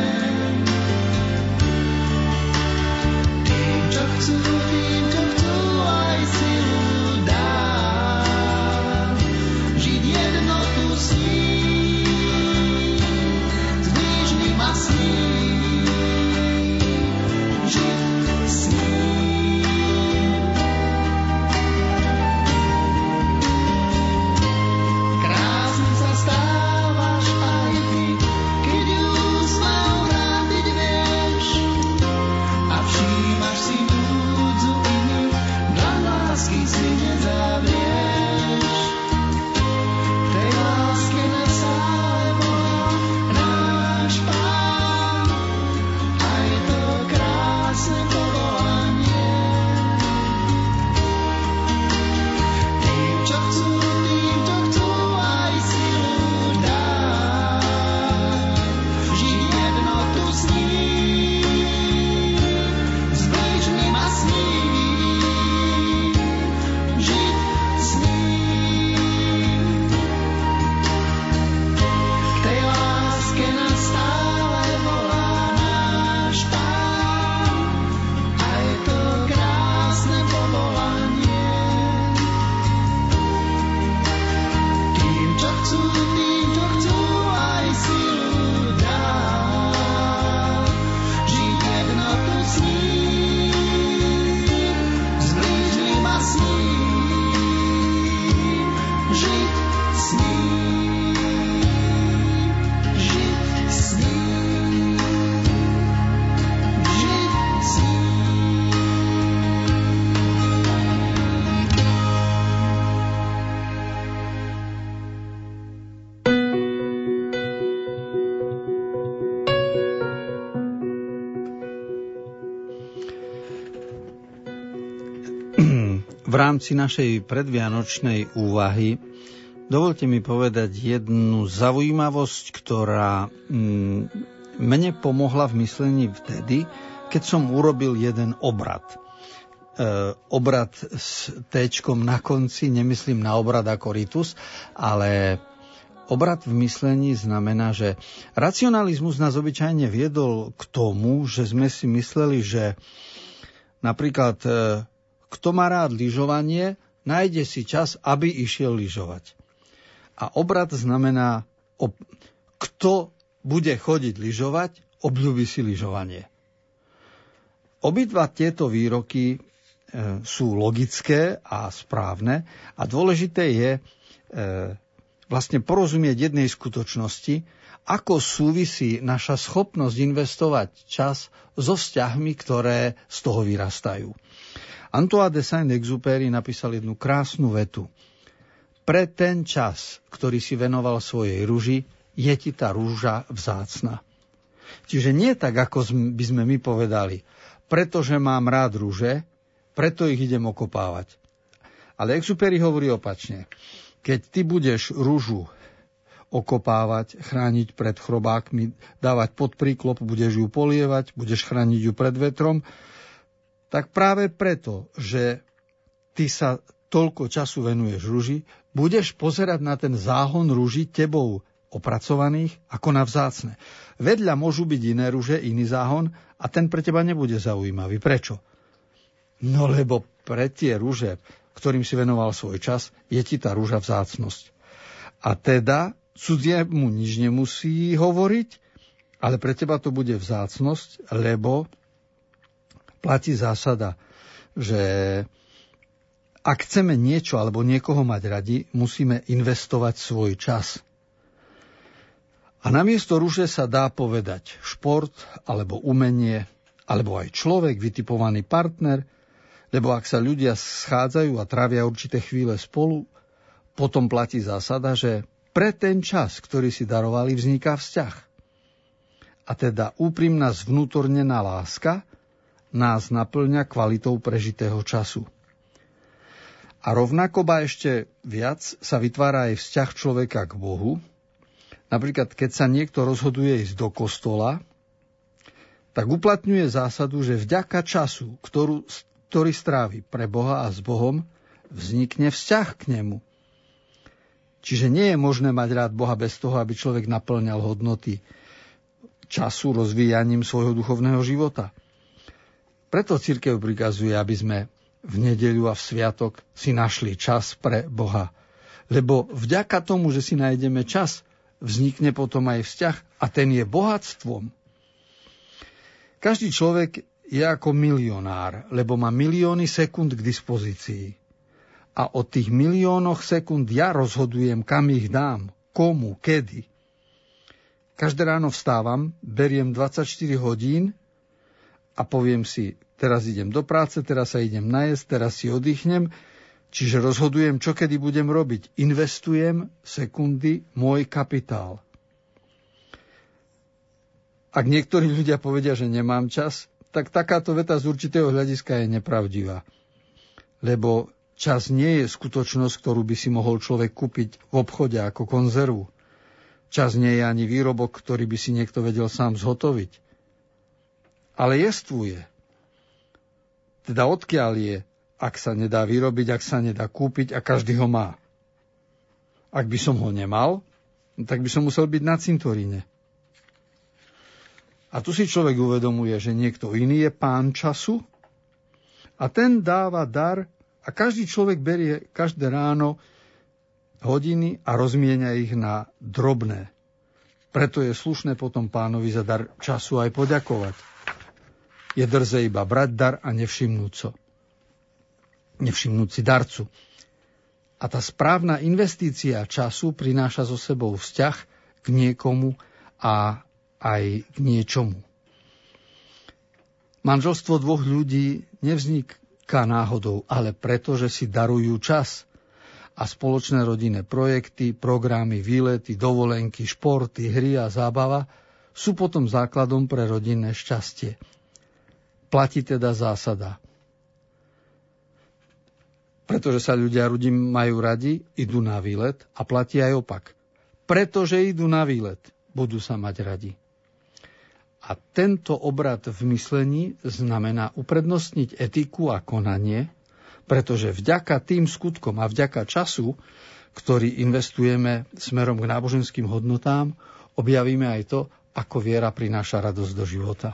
Tým, čo chcú, tým, čo chcú, aj silu dá. Žiť jednotu s ním, s blížnym a s ním. Žiť s ním. Krásnym sa stávaš aj ty, keď úsmev vrátiť vieš. A všímaš si núdzu iných, dlaň lásky si nezavrieš. K tej láske nás stále volá náš Pán, a je to krásne povolanie. Tým, čo chcú, tým, čo chcú, aj silu dá. Žiť jednotu s ním, s blížnym a s ním. Žiť s ním. K tej láske nás stále volá náš Pán, a je to krásne povolanie. Tým, čo chcú, tým, čo chcú, aj silu dá. Žiť jednotu s ním, s blížnym a s ním. Žiť s ním, žiť s ním, žiť s ním. V rámci našej predvianočnej úvahy dovolte mi povedať jednu zaujímavosť, ktorá mm, mne pomohla v myslení vtedy, keď som urobil jeden obrad. E, obrad s téčkom na konci, nemyslím na obrad ako ritus, ale obrad v myslení znamená, že racionalizmus nás obyčajne viedol k tomu, že sme si mysleli, že napríklad e, kto má rád lyžovanie, nájde si čas, aby išiel lyžovať. A obrad znamená, ob, kto bude chodiť lyžovať, obľúbi si lyžovanie. Obidva tieto výroky e, sú logické a správne a dôležité je e, vlastne porozumieť jednej skutočnosti, ako súvisí naša schopnosť investovať čas so vzťahmi, ktoré z toho vyrastajú. Antoine de Saint-Exupéry napísal jednu krásnu vetu. Pre ten čas, ktorý si venoval svojej ruži, je ti tá rúža vzácna. Čiže nie tak, ako by sme my povedali, pretože mám rád rúže, preto ich idem okopávať. Ale Exupéry hovorí opačne. Keď ty budeš rúžu okopávať, chrániť pred chrobákmi, dávať pod príklop, budeš ju polievať, budeš chrániť ju pred vetrom, tak práve preto, že ty sa toľko času venuješ rúži, budeš pozerať na ten záhon rúži tebou opracovaných ako na vzácne. Vedľa môžu byť iné rúže, iný záhon a ten pre teba nebude zaujímavý. Prečo? No lebo pre tie rúže, ktorým si venoval svoj čas, je ti tá rúža vzácnosť. A teda cudziemu nič nemusí hovoriť, ale pre teba to bude vzácnosť, lebo platí zásada, že ak chceme niečo alebo niekoho mať radi, musíme investovať svoj čas. A namiesto rúže sa dá povedať šport, alebo umenie, alebo aj človek, vytipovaný partner, lebo ak sa ľudia schádzajú a trávia určité chvíle spolu, potom platí zásada, že pre ten čas, ktorý si darovali, vzniká vzťah. A teda úprimná zvnútornená láska nás naplňa kvalitou prežitého času. A rovnako ba ešte viac sa vytvára aj vzťah človeka k Bohu. Napríklad, keď sa niekto rozhoduje ísť do kostola, tak uplatňuje zásadu, že vďaka času, ktorú, ktorý strávi pre Boha a s Bohom, vznikne vzťah k nemu. Čiže nie je možné mať rád Boha bez toho, aby človek naplňal hodnoty času rozvíjaním svojho duchovného života. Preto cirkev prikazuje, aby sme v nedeľu a v sviatok si našli čas pre Boha. Lebo vďaka tomu, že si nájdeme čas, vznikne potom aj vzťah a ten je bohatstvom. Každý človek je ako milionár, lebo má milióny sekúnd k dispozícii. A o tých miliónoch sekúnd ja rozhodujem, kam ich dám, komu, kedy. Každé ráno vstávam, beriem dvadsaťštyri hodín a poviem si, teraz idem do práce, teraz sa idem najesť, teraz si oddychnem, čiže rozhodujem, čo kedy budem robiť. Investujem sekundy, môj kapitál. Ak niektorí ľudia povedia, že nemám čas, tak takáto veta z určitého hľadiska je nepravdivá. Lebo čas nie je skutočnosť, ktorú by si mohol človek kúpiť v obchode ako konzervu. Čas nie je ani výrobok, ktorý by si niekto vedel sám zhotoviť. Ale jestvuje. Teda odkiaľ je, ak sa nedá vyrobiť, ak sa nedá kúpiť a každý ho má. Ak by som ho nemal, tak by som musel byť na cintoríne. A tu si človek uvedomuje, že niekto iný je pán času a ten dáva dar a každý človek berie každé ráno hodiny a rozmienia ich na drobné. Preto je slušné potom pánovi za dar času aj poďakovať. Je drze iba brať dar a nevšimnúť so. Nevšimnúť si darcu. A tá správna investícia času prináša so sebou vzťah k niekomu a aj k niečomu. Manželstvo dvoch ľudí nevzniká náhodou, ale preto, že si darujú čas a spoločné rodinné projekty, programy, výlety, dovolenky, športy, hry a zábava sú potom základom pre rodinné šťastie. Platí teda zásada. Pretože sa ľudia ľudí majú radi, idú na výlet a platí aj opak. Pretože idú na výlet, budú sa mať radi. A tento obrad v myslení znamená uprednostniť etiku a konanie, pretože vďaka tým skutkom a vďaka času, ktorý investujeme smerom k náboženským hodnotám, objavíme aj to, ako viera prináša radosť do života.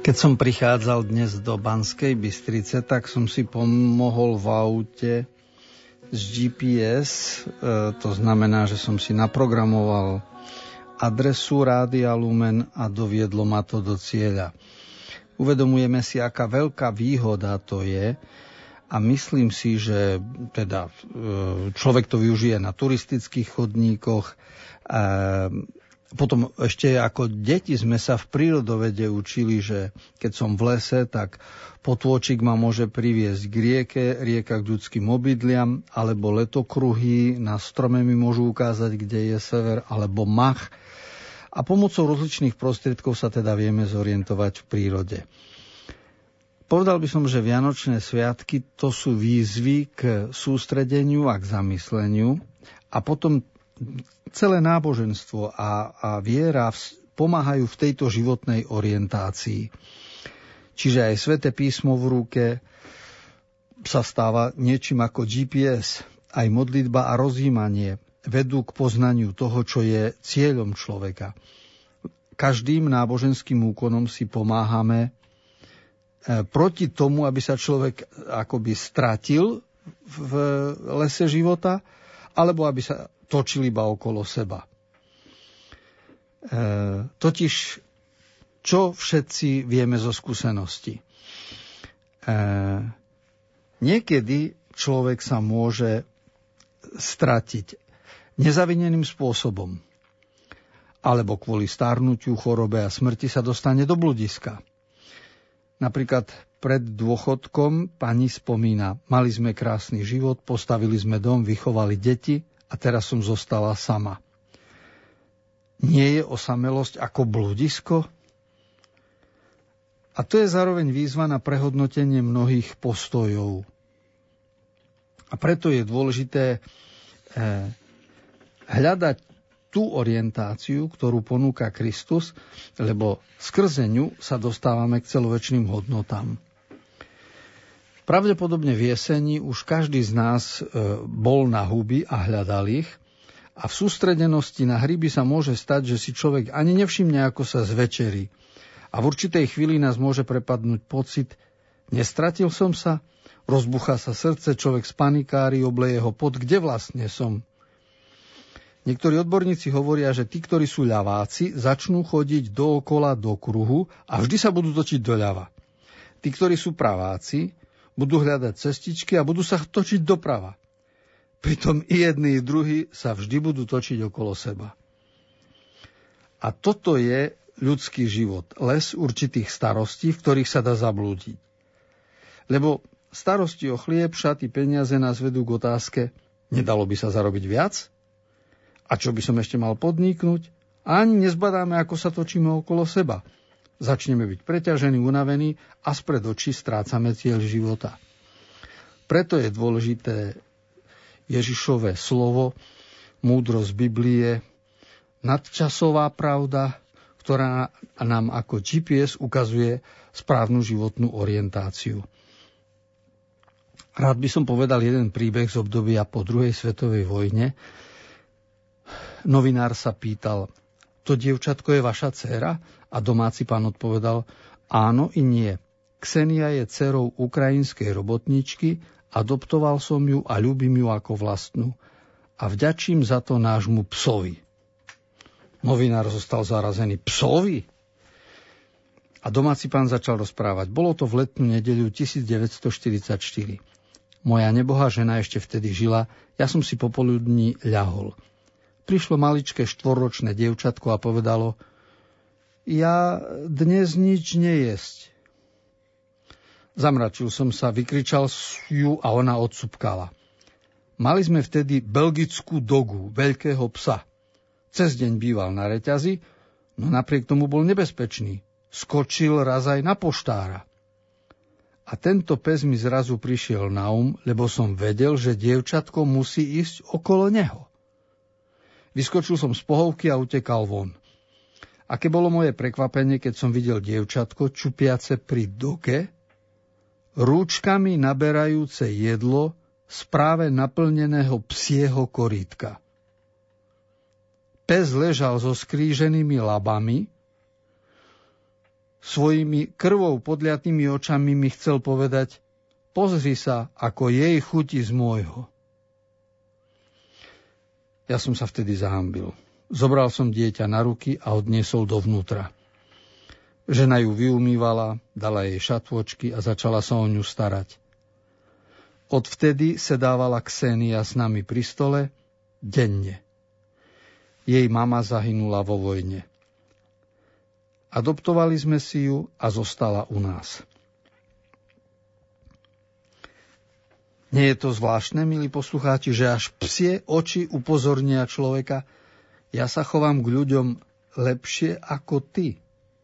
Keď som prichádzal dnes do Banskej Bystrice, tak som si pomohol v aute z G P S, e, to znamená, že som si naprogramoval adresu Rádia Lumen a doviedlo ma to do cieľa. Uvedomujeme si, aká veľká výhoda to je a myslím si, že teda človek to využije na turistických chodníkoch. Potom ešte ako deti sme sa v prírodovede učili, že keď som v lese, tak potôčik ma môže priviesť k rieke, rieka k ľudským obydliam, alebo letokruhy na strome mi môžu ukázať, kde je sever, alebo mach. A pomocou rozličných prostriedkov sa teda vieme zorientovať v prírode. Povedal by som, že Vianočné sviatky to sú výzvy k sústredeniu a k zamysleniu a potom celé náboženstvo a, a viera pomáhajú v tejto životnej orientácii. Čiže aj Sväté písmo v ruke sa stáva niečím ako G P S. Aj modlitba a rozjímanie vedú k poznaniu toho, čo je cieľom človeka. Každým náboženským úkonom si pomáhame proti tomu, aby sa človek akoby stratil v lese života, alebo aby sa točil iba okolo seba. E, totiž, čo všetci vieme zo skúsenosti? E, niekedy človek sa môže stratiť nezavineným spôsobom, alebo kvôli starnutiu, chorobe a smrti sa dostane do bludiska. Napríklad pred dôchodkom pani spomína, mali sme krásny život, postavili sme dom, vychovali deti a teraz som zostala sama. Nie je osamelosť ako bludisko? A to je zároveň výzva na prehodnotenie mnohých postojov. A preto je dôležité eh, hľadať tú orientáciu, ktorú ponúka Kristus, lebo skrze ňu sa dostávame k celovečným hodnotám. Pravdepodobne v jeseni už každý z nás bol na huby a hľadal ich a v sústredenosti na hryby sa môže stať, že si človek ani nevšimne, ako sa zvečerí. A v určitej chvíli nás môže prepadnúť pocit, nestratil som sa, rozbuchá sa srdce, človek spanikári, obleje ho pot, kde vlastne som. Niektorí odborníci hovoria, že tí, ktorí sú ľaváci, začnú chodiť dookola do kruhu a vždy sa budú točiť doľava. Tí, ktorí sú praváci, budú hľadať cestičky a budú sa točiť doprava. Pritom i jedni, i druhí sa vždy budú točiť okolo seba. A toto je ľudský život. Les určitých starostí, v ktorých sa dá zablúdiť. Lebo starosti o chlieb, šaty, peniaze nás vedú k otázke, nedalo by sa zarobiť viac? A čo by som ešte mal podniknúť? Ani nezbadáme, ako sa točíme okolo seba. Začneme byť preťažení, unavení a spred očí strácame cieľ života. Preto je dôležité Ježišové slovo, múdrosť Biblie, nadčasová pravda, ktorá nám ako G P S ukazuje správnu životnú orientáciu. Rád by som povedal jeden príbeh z obdobia po druhej svetovej vojne. Novinár sa pýtal, to dievčatko je vaša dcéra? A domáci pán odpovedal, áno i nie. Ksenia je dcerou ukrajinskej robotničky, adoptoval som ju a ľúbim ju ako vlastnú. A vďačím za to nášmu psovi. Novinár zostal zarazený. Psovi? A domáci pán začal rozprávať. Bolo to v letnú nedeľu devätnásťstoštyridsaťštyri. Moja nebohá žena ešte vtedy žila, ja som si popoludní ľahol. Prišlo maličké štvorročné dievčatko a povedalo, ja dnes nič nejesť. Zamračil som sa, vykričal ju a ona odsupkala. Mali sme vtedy belgickú dogu, veľkého psa. Cez deň býval na reťazi, no napriek tomu bol nebezpečný. Skočil raz aj na poštára. A tento pes mi zrazu prišiel na um, lebo som vedel, že dievčatko musí ísť okolo neho. Vyskočil som z pohovky a utekal von. Aké bolo moje prekvapenie, keď som videl dievčatko čupiace pri doke, rúčkami naberajúce jedlo z práve naplneného psieho korítka. Pes ležal so skríženými labami, Svojimi krvou podliatými očami mi chcel povedať: pozri sa, ako jej chutí z môjho. Ja som sa vtedy zahambil. Zobral som dieťa na ruky a odniesol dovnútra. Žena ju vyumývala, dala jej šatôčky a začala sa o ňu starať. Odvtedy sedávala Ksenia s nami pri stole denne. Jej mama zahynula vo vojne. Adoptovali sme si ju a zostala u nás. Nie je to zvláštne, milí poslucháči, že až psie oči upozornia človeka: ja sa chovám k ľuďom lepšie ako ty.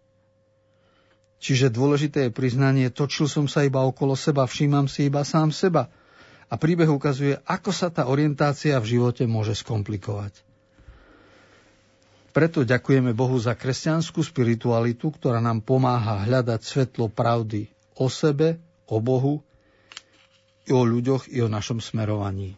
Čiže dôležité je priznanie: točil som sa iba okolo seba, všímam si iba sám seba. A príbeh ukazuje, ako sa tá orientácia v živote môže skomplikovať. Preto ďakujeme Bohu za kresťanskú spiritualitu, ktorá nám pomáha hľadať svetlo pravdy o sebe, o Bohu, i o ľuďoch, i o našom smerovaní.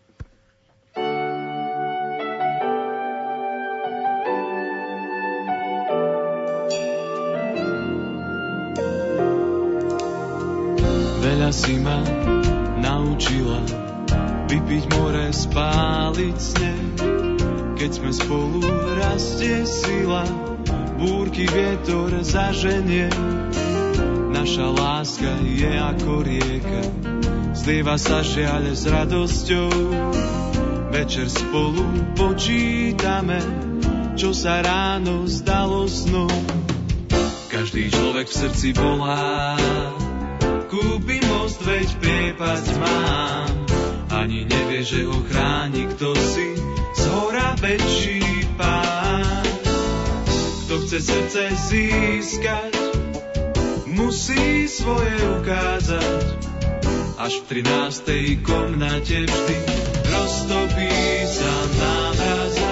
Veľa si ma naučila vypiť more, spáliť sneh. Keď sme spolu, rastie sila, búrky vietor zaženie. Naša láska je ako rieka, zlieva sa žiaľ s radosťou. Večer spolu počítame, čo sa ráno zdalo snom. Každý človek v srdci volá: kúpi most, veď priepasť mám. Ani nevie, že ho chráni kto si, zhora väčší pán. Kto chce srdce získať, musí svoje ukázať. Až v trinástej komnate vždy roztopí sa námraza.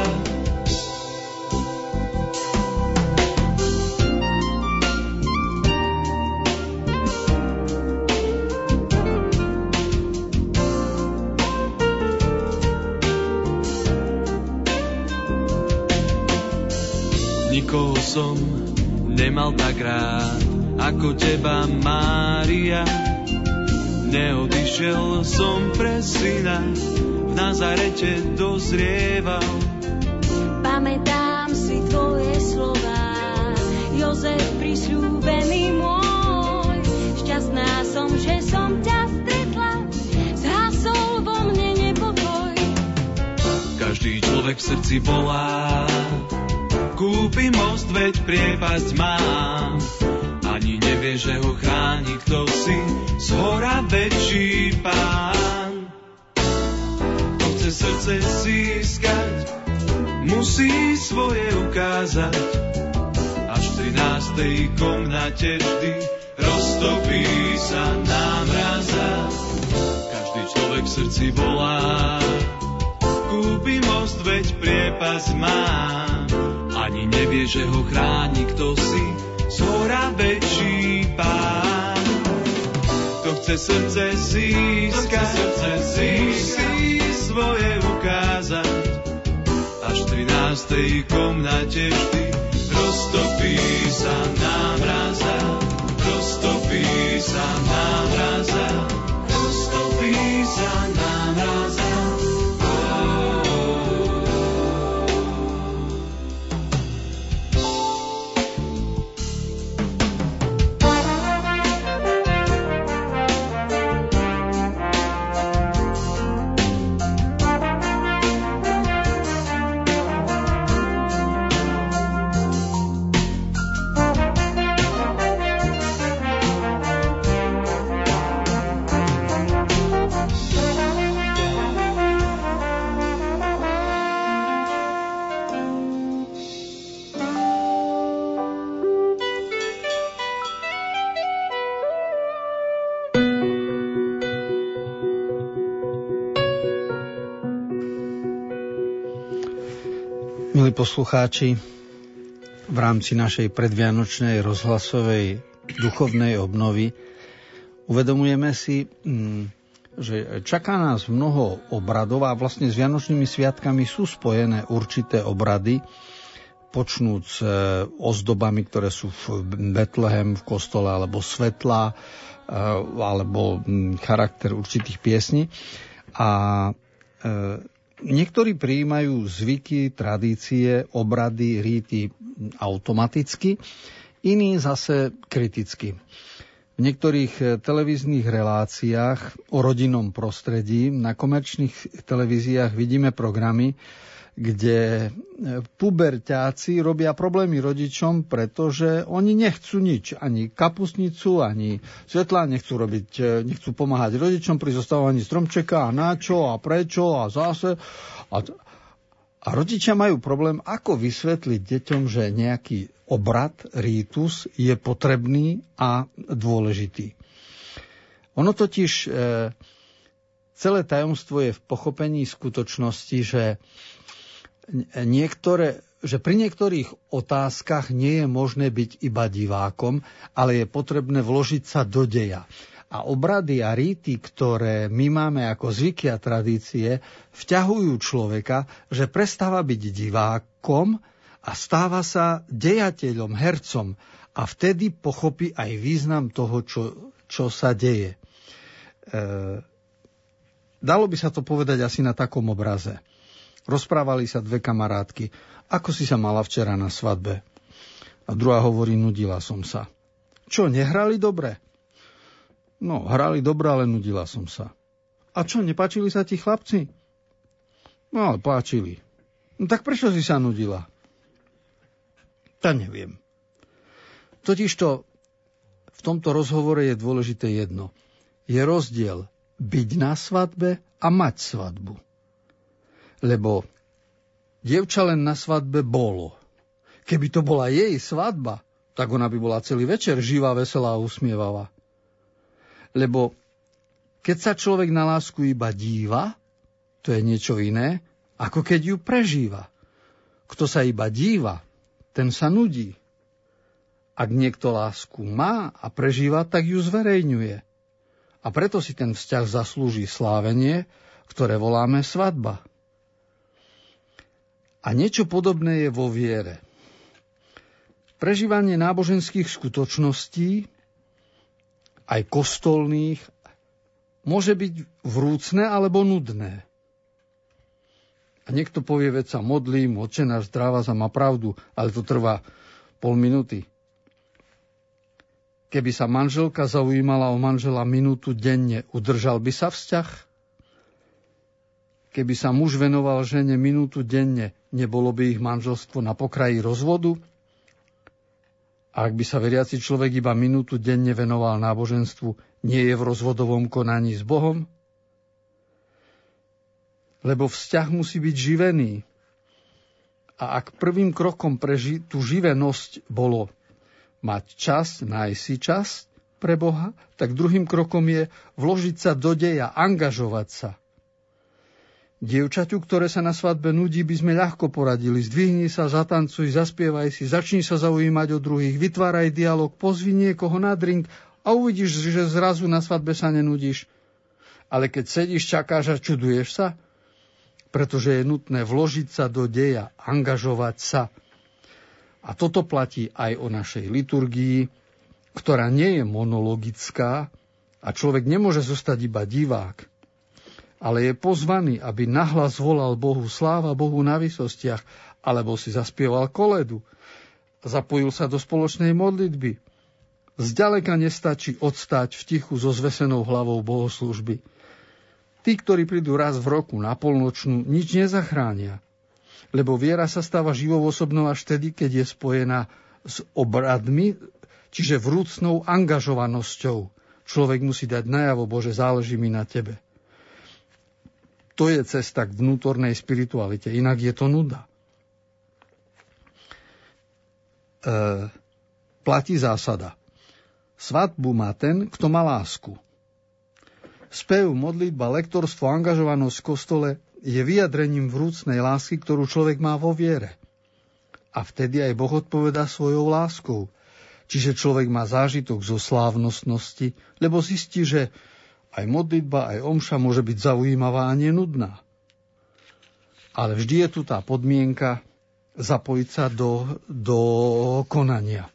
Nikoho som nemal tak rád ako teba, Mária. Neodišiel som pre syna, v Nazarete dozrieval. Pamätám si tvoje slová, Jozef prisľúbený môj. Šťastná som, že som ťa stretla, zhasol vo mne nepokoj. Každý človek v srdci volá: kúpi most, veď priepasť mám. Ani nevie, že ho chráni kto si, zhora väčší pán. Kto chce srdce získať, musí svoje ukázať. Až v trinástej komnate vždy roztopí sa námraza. Každý človek v srdci volá: kúpi most, veď priepasť mám. Ani nevie, že ho chráni kto si, zhora väčší pán. Kto chce srdce získať, srdce musí svoje ukázať. Až v trinástej komnate vždy roztopí sa námraza. Roztopí sa námraza. Roztopí sa námraza. Milí poslucháči, v rámci našej predvianočnej rozhlasovej duchovnej obnovy uvedomujeme si, že čaká nás mnoho obradov a vlastne s Vianočnými sviatkami sú spojené určité obrady, počnúc e, ozdobami, ktoré sú v Betlehem v kostole, alebo svetlá, e, alebo m, charakter určitých piesní. A e, niektorí prijímajú zvyky, tradície, obrady, rýty automaticky, iní zase kriticky. V niektorých televíznych reláciách o rodinnom prostredí na komerčných televíziách vidíme programy, kde puberťáci robia problémy rodičom, pretože oni nechcú nič, ani kapustnicu, ani svetlá, nechcú robiť, nechcú pomáhať rodičom pri zostavovaní stromčeka a na čo a prečo a zase. A, a rodičia majú problém, ako vysvetliť deťom, že nejaký obrad, rítus je potrebný a dôležitý. Ono totiž e, celé tajomstvo je v pochopení skutočnosti, že niektoré, že pri niektorých otázkach nie je možné byť iba divákom, ale je potrebné vložiť sa do deja. A obrady a rýty, ktoré my máme ako zvyky a tradície, vťahujú človeka, že prestáva byť divákom a stáva sa dejateľom, hercom. A vtedy pochopí aj význam toho, čo, čo sa deje. E, dalo by sa to povedať asi na takom obraze. Rozprávali sa dve kamarátky. Ako si sa mala včera na svadbe? A druhá hovorí, nudila som sa. Čo, nehrali dobre? No, hrali dobre, ale nudila som sa. A čo, nepáčili sa ti chlapci? No, ale páčili. No tak prečo si sa nudila? To neviem. Totižto v tomto rozhovore je dôležité jedno. Je rozdiel byť na svadbe a mať svadbu. Lebo dievča len na svadbe bolo. Keby to bola jej svadba, tak ona by bola celý večer živá, veselá a usmievavá. Lebo keď sa človek na lásku iba díva, to je niečo iné, ako keď ju prežíva. Kto sa iba díva, ten sa nudí. Ak niekto lásku má a prežíva, tak ju zverejňuje. A preto si ten vzťah zaslúži slávenie, ktoré voláme svadba. A niečo podobné je vo viere. Prežívanie náboženských skutočností, aj kostolných, môže byť vrúcne alebo nudné. A niekto povie, veď sa modlím, Otče náš, zdráva sa, má pravdu, ale to trvá pol minúty. Keby sa manželka zaujímala o manžela minútu denne, udržal by sa vzťah? Keby sa muž venoval žene minútu denne, nebolo by ich manželstvo na pokraji rozvodu? A ak by sa veriaci človek iba minútu denne venoval náboženstvu, nie je v rozvodovom konaní s Bohom? Lebo vzťah musí byť živený. A ak prvým krokom pre ži- tú živenosť bolo mať čas, nájsť si čas pre Boha, tak druhým krokom je vložiť sa do deja, angažovať sa. Dievčaťu, ktoré sa na svadbe nudí, by sme ľahko poradili. Zdvihni sa, zatancuj, zaspievaj si, začni sa zaujímať o druhých, vytváraj dialog, pozvi niekoho na drink a uvidíš, že zrazu na svadbe sa nenudíš. Ale keď sedíš, čakáš a čuduješ sa, pretože je nutné vložiť sa do deja, angažovať sa. A toto platí aj o našej liturgii, ktorá nie je monologická a človek nemôže zostať iba divák, ale je pozvaný, aby nahlas volal Bohu sláva Bohu na vysostiach, alebo si zaspieval koledu, zapojil sa do spoločnej modlitby. Zďaleka nestačí odstáť v tichu so zvesenou hlavou bohoslúžby. Tí, ktorí prídu raz v roku na polnočnú, nič nezachránia. Lebo viera sa stáva živou osobnou až vtedy, keď je spojená s obradmi, čiže vrúcnou angažovanosťou. Človek musí dať najavo, Bože, záleží mi na Tebe. To je cesta k vnútornej spiritualite, inak je to nuda. E, platí zásada. Svadbu má ten, kto má lásku. Spev, modlitba, lektorstvo, angažovanosť v kostole je vyjadrením vrúcnej lásky, ktorú človek má vo viere. A vtedy aj Boh odpovedá svojou láskou. Čiže človek má zážitok zo slávnostnosti, lebo zistí, že aj modlitba, aj omša môže byť zaujímavá a nenudná. Ale vždy je tu tá podmienka, zapojiť sa do, do konania.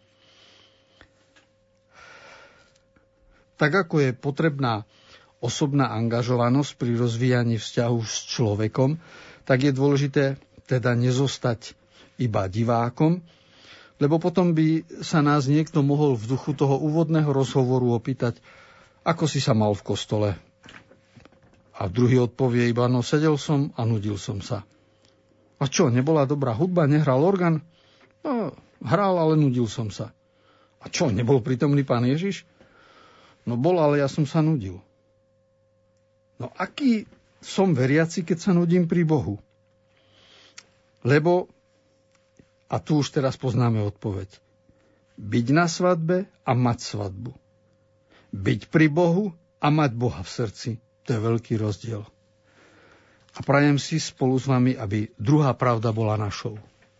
Tak ako je potrebná osobná angažovanosť pri rozvíjaní vzťahu s človekom, tak je dôležité teda nezostať iba divákom, lebo potom by sa nás niekto mohol v duchu toho úvodného rozhovoru opýtať, ako si sa mal v kostole. A druhý odpovie iba, no sedel som a nudil som sa. A čo, nebola dobrá hudba, nehral orgán? No, hral, ale nudil som sa. A čo, nebol prítomný pán Ježiš? No bol, ale ja som sa nudil. No aký som veriaci, keď sa nudím pri Bohu? Lebo, a tu už teraz poznáme odpoveď, byť na svadbe a mať svadbu. Byť pri Bohu a mať Boha v srdci. To je veľký rozdiel. A prajem si spolu s vami, aby druhá pravda bola našou.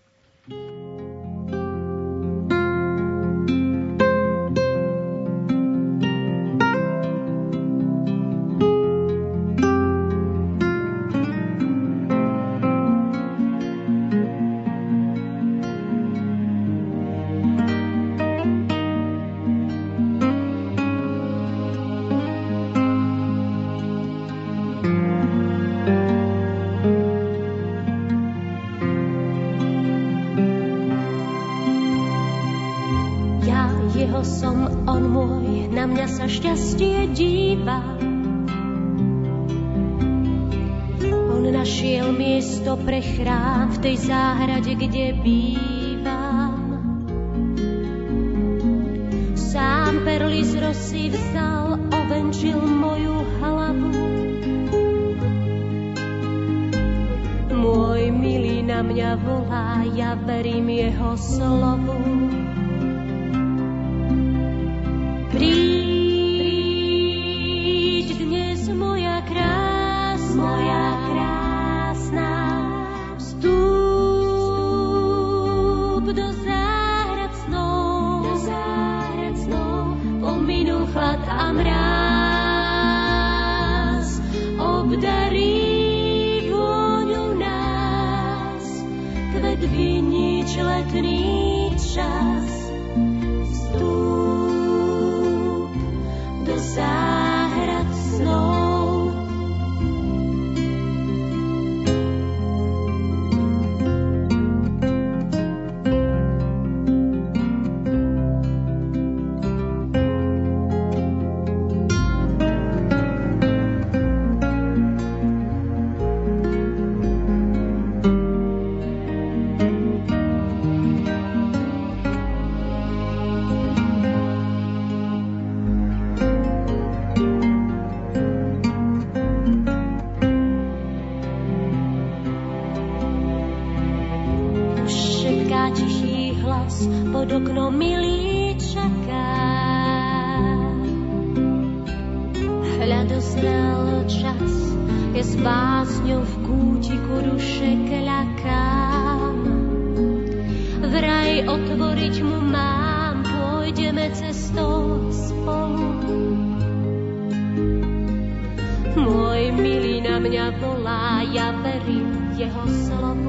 Šťastie díva. On našiel miesto pre chrám v tej záhrade, kde bývam. Sám perly z rosy vzal, ovenčil moju hlavu. Môj milý na mňa volá, ja verím jeho slovu. Príď letný čas, vstúp do záhrad snov. Pod oknom milý čaká. Hľadozrel čas, je s básňou v kútiku duše kľakám. Vraj otvoriť mu mám, pôjdeme cestou spolu. Môj milý na mňa volá, ja verím jeho slovu.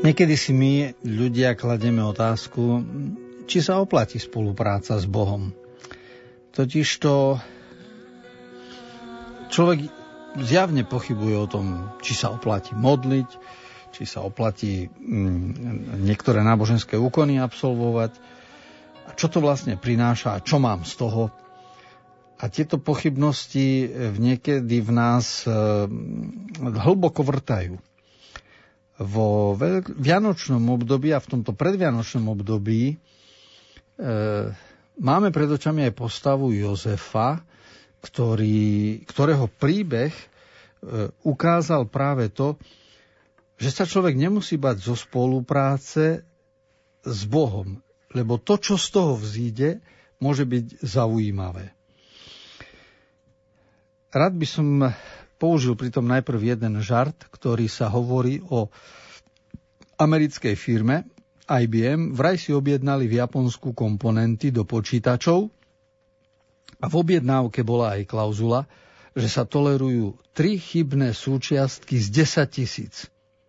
Niekedy si my, ľudia, kladieme otázku, či sa oplatí spolupráca s Bohom. Totižto človek zjavne pochybuje o tom, či sa oplatí modliť, či sa oplatí mm, niektoré náboženské úkony absolvovať, a čo to vlastne prináša a čo mám z toho. A tieto pochybnosti niekedy v nás e, hlboko vrtajú. Vo vianočnom období a v tomto predvianočnom období e, máme pred očami aj postavu Jozefa, ktorý, ktorého príbeh e, ukázal práve to, že sa človek nemusí bať zo spolupráce s Bohom, lebo to, čo z toho vzíde, môže byť zaujímavé. Rád by som použil pritom najprv jeden žart, ktorý sa hovorí o americkej firme í bé em. Vraj si objednali v Japonsku komponenty do počítačov a v objednávke bola aj klauzula, že sa tolerujú tri chybné súčiastky z desať tisíc.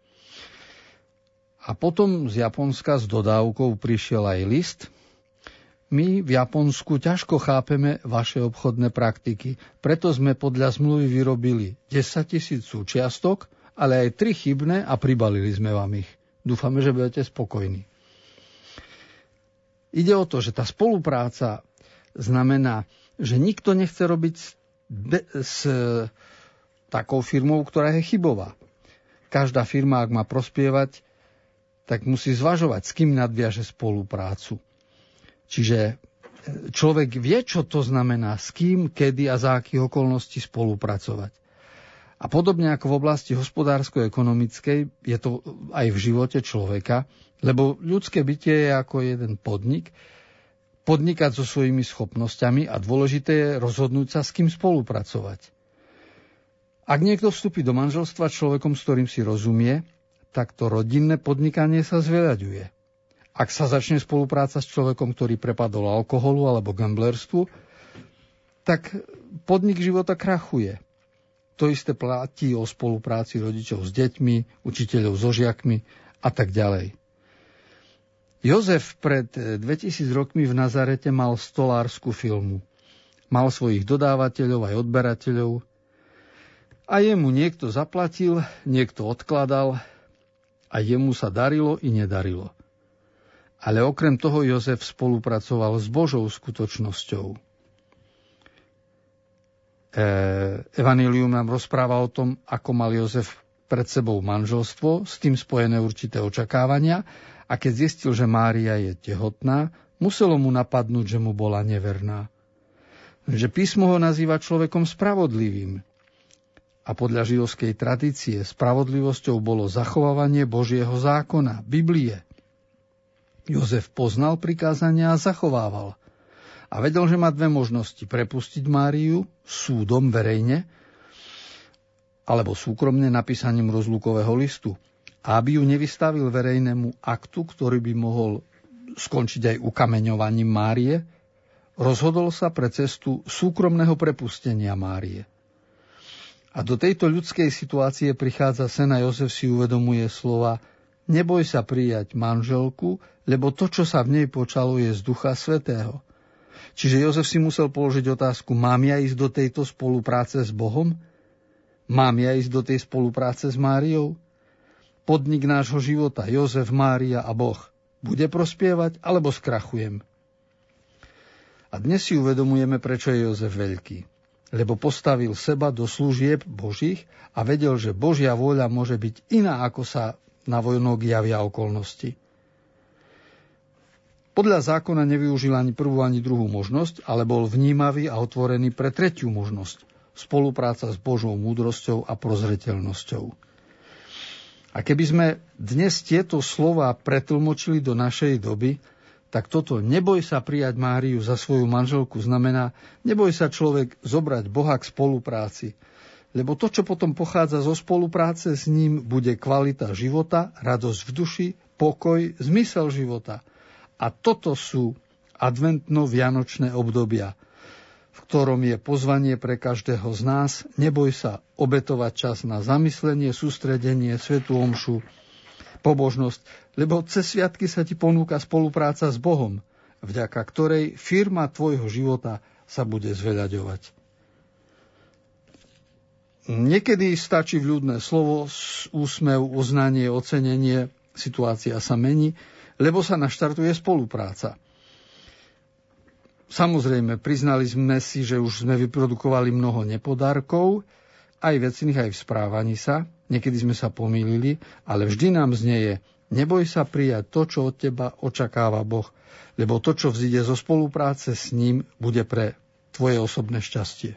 A potom z Japonska s dodávkou prišiel aj list. My v Japonsku ťažko chápeme vaše obchodné praktiky, preto sme podľa zmluvy vyrobili desať tisíc súčiastok, ale aj tri chybné a pribalili sme vám ich. Dúfame, že budete spokojní. Ide o to, že tá spolupráca znamená, že nikto nechce robiť s, de- s takou firmou, ktorá je chybová. Každá firma, ak má prospievať, tak musí zvažovať, s kým nadviaže spoluprácu. Čiže človek vie, čo to znamená, s kým, kedy a za akých okolností spolupracovať. A podobne ako v oblasti hospodársko-ekonomickej je to aj v živote človeka, lebo ľudské bytie je ako jeden podnik, podnikať so svojimi schopnosťami a dôležité je rozhodnúť sa, s kým spolupracovať. Ak niekto vstúpi do manželstva s človekom, s ktorým si rozumie, tak to rodinné podnikanie sa zveľaďuje. Ak sa začne spolupráca s človekom, ktorý prepadol alkoholu alebo gamblerstvu, tak podnik života krachuje. To isté platí o spolupráci rodičov s deťmi, učiteľov so žiakmi a tak ďalej. Jozef pred dvetisíc rokmi v Nazarete mal stolársku firmu. Mal svojich dodávateľov aj odberateľov a jemu niekto zaplatil, niekto odkladal a jemu sa darilo i nedarilo. Ale okrem toho Jozef spolupracoval s Božou skutočnosťou. Evanjelium nám rozpráva o tom, ako mal Jozef pred sebou manželstvo, s tým spojené určité očakávania, a keď zistil, že Mária je tehotná, muselo mu napadnúť, že mu bola neverná. Že písmo ho nazýva človekom spravodlivým. A podľa židovskej tradície spravodlivosťou bolo zachovávanie Božieho zákona, Biblie. Jozef poznal prikázania a zachovával. A vedel, že má dve možnosti. Prepustiť Máriu súdom verejne alebo súkromne napísaním rozlukového listu. A aby ju nevystavil verejnému aktu, ktorý by mohol skončiť aj ukameňovaním Márie, rozhodol sa pre cestu súkromného prepustenia Márie. A do tejto ľudskej situácie prichádza sen a Jozef si uvedomuje slova: neboj sa prijať manželku, lebo to, čo sa v nej počalo, je z Ducha Svätého. Čiže Jozef si musel položiť otázku: mám ja ísť do tejto spolupráce s Bohom? Mám ja ísť do tej spolupráce s Máriou? Podnik nášho života, Jozef, Mária a Boh, bude prospievať, alebo skrachujem? A dnes si uvedomujeme, prečo je Jozef veľký. Lebo postavil seba do služieb Božích a vedel, že Božia vôľa môže byť iná, ako sa navonok javia okolnosti. Podľa zákona nevyužil ani prvú, ani druhú možnosť, ale bol vnímavý a otvorený pre tretiu možnosť. Spolupráca s Božou múdrosťou a prozreteľnosťou. A keby sme dnes tieto slová pretlmočili do našej doby, tak toto neboj sa prijať Máriu za svoju manželku znamená: neboj sa človek zobrať Boha k spolupráci, lebo to, čo potom pochádza zo spolupráce s ním, bude kvalita života, radosť v duši, pokoj, zmysel života. A toto sú adventno-vianočné obdobia, v ktorom je pozvanie pre každého z nás: neboj sa obetovať čas na zamyslenie, sústredenie, svätú omšu, pobožnosť, lebo cez sviatky sa ti ponúka spolupráca s Bohom, vďaka ktorej firma tvojho života sa bude zveľaďovať. Niekedy stačí vľúdne slovo, úsmev, uznanie, ocenenie, situácia sa mení, lebo sa naštartuje spolupráca. Samozrejme, priznali sme si, že už sme vyprodukovali mnoho nepodárkov, aj vecných, aj v správaní sa. Niekedy sme sa pomýlili, ale vždy nám znieje: neboj sa prijať to, čo od teba očakáva Boh, lebo to, čo vzíde zo spolupráce s ním, bude pre tvoje osobné šťastie.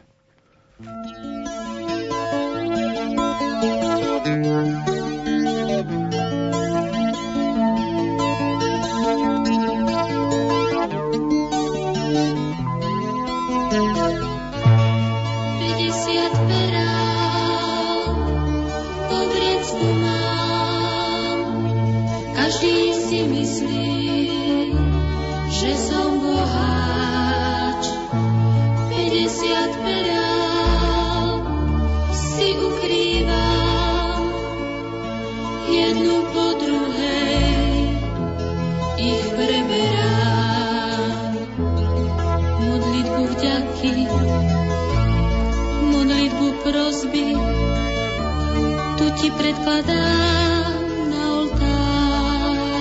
Ti predkladám na oltár.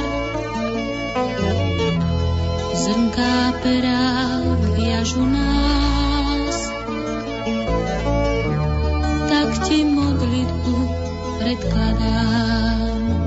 Zrnká pera viažu nás, tak ti modlitbu predkladám.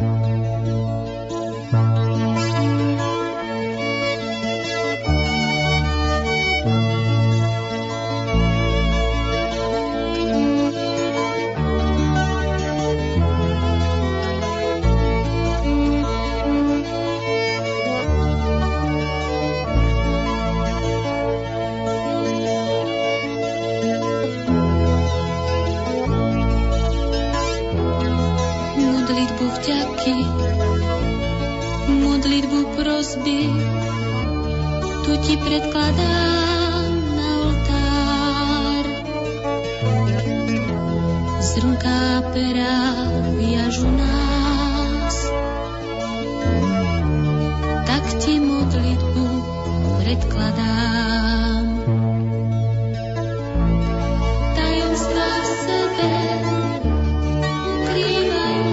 Modlitbu prosby tu ti predkladám na oltár. Zrnká pera viažu nás, tak ti modlitbu predkladám. Tajomstvá v sebe ukrývajú,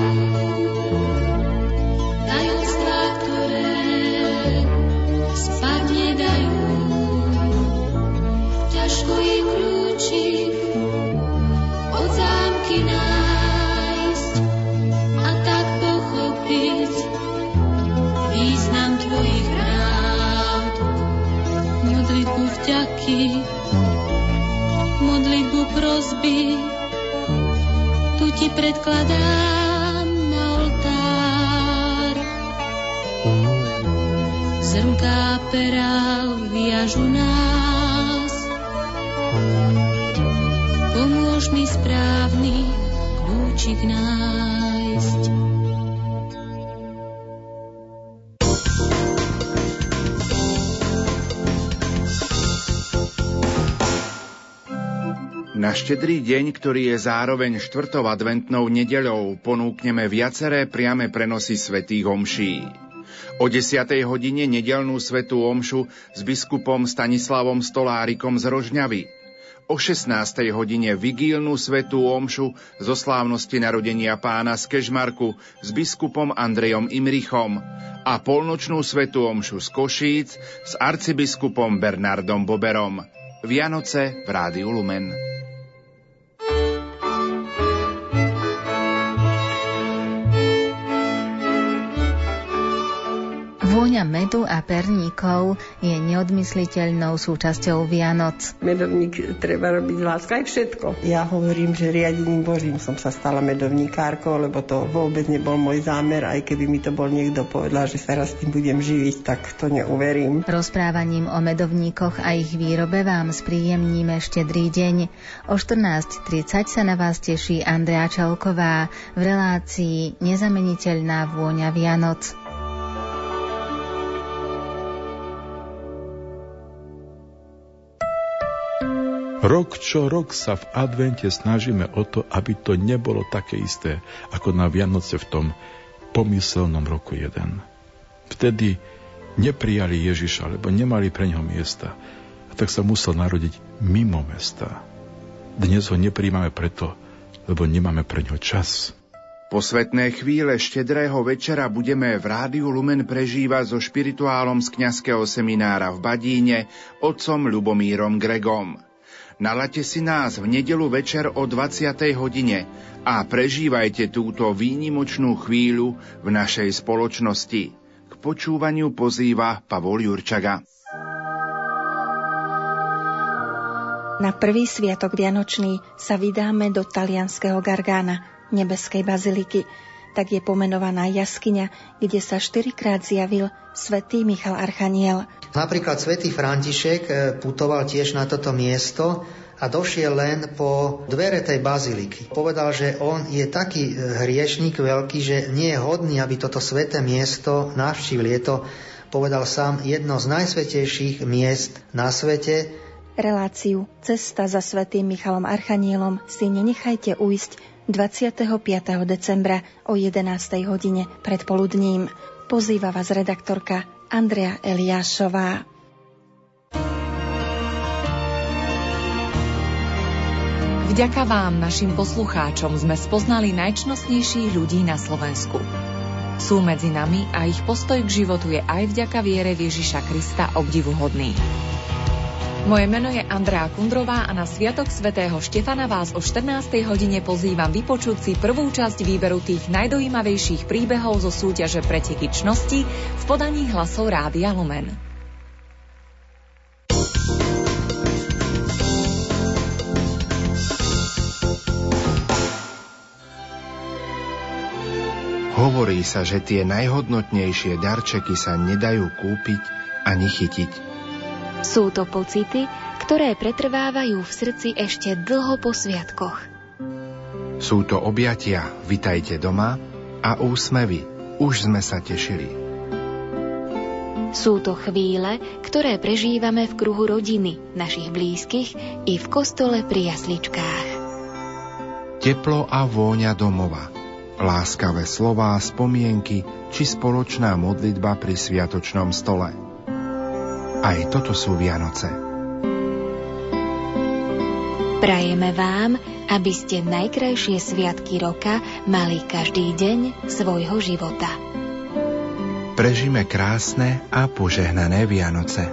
tajomstvá, ktoré spať nedajú. Ťažko je kľúčik od zámky nájsť a tak pochopiť význam tvojich rád. Modlitbu vďaky, modlitbu prosby tu ti predkladám na oltár. Zrnká pera viažu nás, pomôž mi správny kľúčik nájsť. Na štedrý deň, ktorý je zároveň štvrtou adventnou nedeľou, ponúkneme viaceré priame prenosy svätých omší. O desiatej hodine nedeľnú svätú omšu s biskupom Stanislavom Stolárikom z Rožňavy. O šestnástej hodine vigílnu svätú omšu zo slávnosti narodenia Pána z Kežmarku s biskupom Andrejom Imrichom a polnočnú svätú omšu z Košíc s arcibiskupom Bernardom Boberom. Vianoce v Rádiu Lumen. Vôňa medu a perníkov je neodmysliteľnou súčasťou Vianoc. Medovník treba robiť z lásky, aj všetko. Ja hovorím, že riadením Božím som sa stala medovníkárkou, lebo to vôbec nebol môj zámer, aj keby mi to bol niekto povedal, že sa raz tým budem živiť, tak to neuverím. Rozprávaním o medovníkoch a ich výrobe vám spríjemníme štedrý deň. O štrnásť tridsať sa na vás teší Andrea Čelková v relácii Nezameniteľná vôňa Vianoc. Rok čo rok sa v advente snažíme o to, aby to nebolo také isté ako na Vianoce v tom pomyselnom roku jeden. Vtedy neprijali Ježiša, lebo nemali pre ňoho miesta. A tak sa musel narodiť mimo mesta. Dnes ho nepríjmame preto, lebo nemáme pre ňoho čas. Posvetné chvíle štedrého večera budeme v Rádiu Lumen prežívať so špirituálom z kňazského seminára v Badíne, otcom Ľubomírom Gregom. Nalaďte si nás v nedeľu večer o dvadsiatej hodine a prežívajte túto výnimočnú chvíľu v našej spoločnosti. K počúvaniu pozýva Pavol Jurčaga. Na prvý sviatok vianočný sa vydáme do talianskeho Gargána, nebeskej baziliky. Tak je pomenovaná jaskyňa, kde sa štyrikrát zjavil svätý Michal Archaniel. Napríklad svätý František putoval tiež na toto miesto a došiel len po dvere tej baziliky. Povedal, že on je taký hriešník veľký, že nie je hodný, aby toto sväté miesto navštívil. Je to, povedal sám, jedno z najsvätejších miest na svete. Reláciu Cesta za svätým Michalom Archanielom si nenechajte ujsť dvadsiateho piateho decembra o jedenástej hodine predpoludním. Pozýva vás redaktorka Andrea Eliášová. Vďaka vám, našim poslucháčom, sme spoznali najčnostnejších ľudí na Slovensku. Sú medzi nami a ich postoj k životu je aj vďaka viere v Ježiša Krista obdivuhodný. Moje meno je Andrea Kundrová a na Sviatok svätého Štefana vás o štrnástej hodine pozývam vypočuť si prvú časť výberu tých najdojímavejších príbehov zo súťaže Preteky čnosti v podaní hlasov Rádia Lumen. Hovorí sa, že tie najhodnotnejšie darčeky sa nedajú kúpiť ani chytiť. Sú to pocity, ktoré pretrvávajú v srdci ešte dlho po sviatkoch. Sú to objatia, vitajte doma, a úsmevy, už sme sa tešili. Sú to chvíle, ktoré prežívame v kruhu rodiny, našich blízkych i v kostole pri jasličkách. Teplo a vôňa domova, láskavé slová, spomienky či spoločná modlitba pri sviatočnom stole. Aj toto sú Vianoce. Prajeme vám, aby ste najkrajšie sviatky roka mali každý deň svojho života. Prežime krásne a požehnané Vianoce.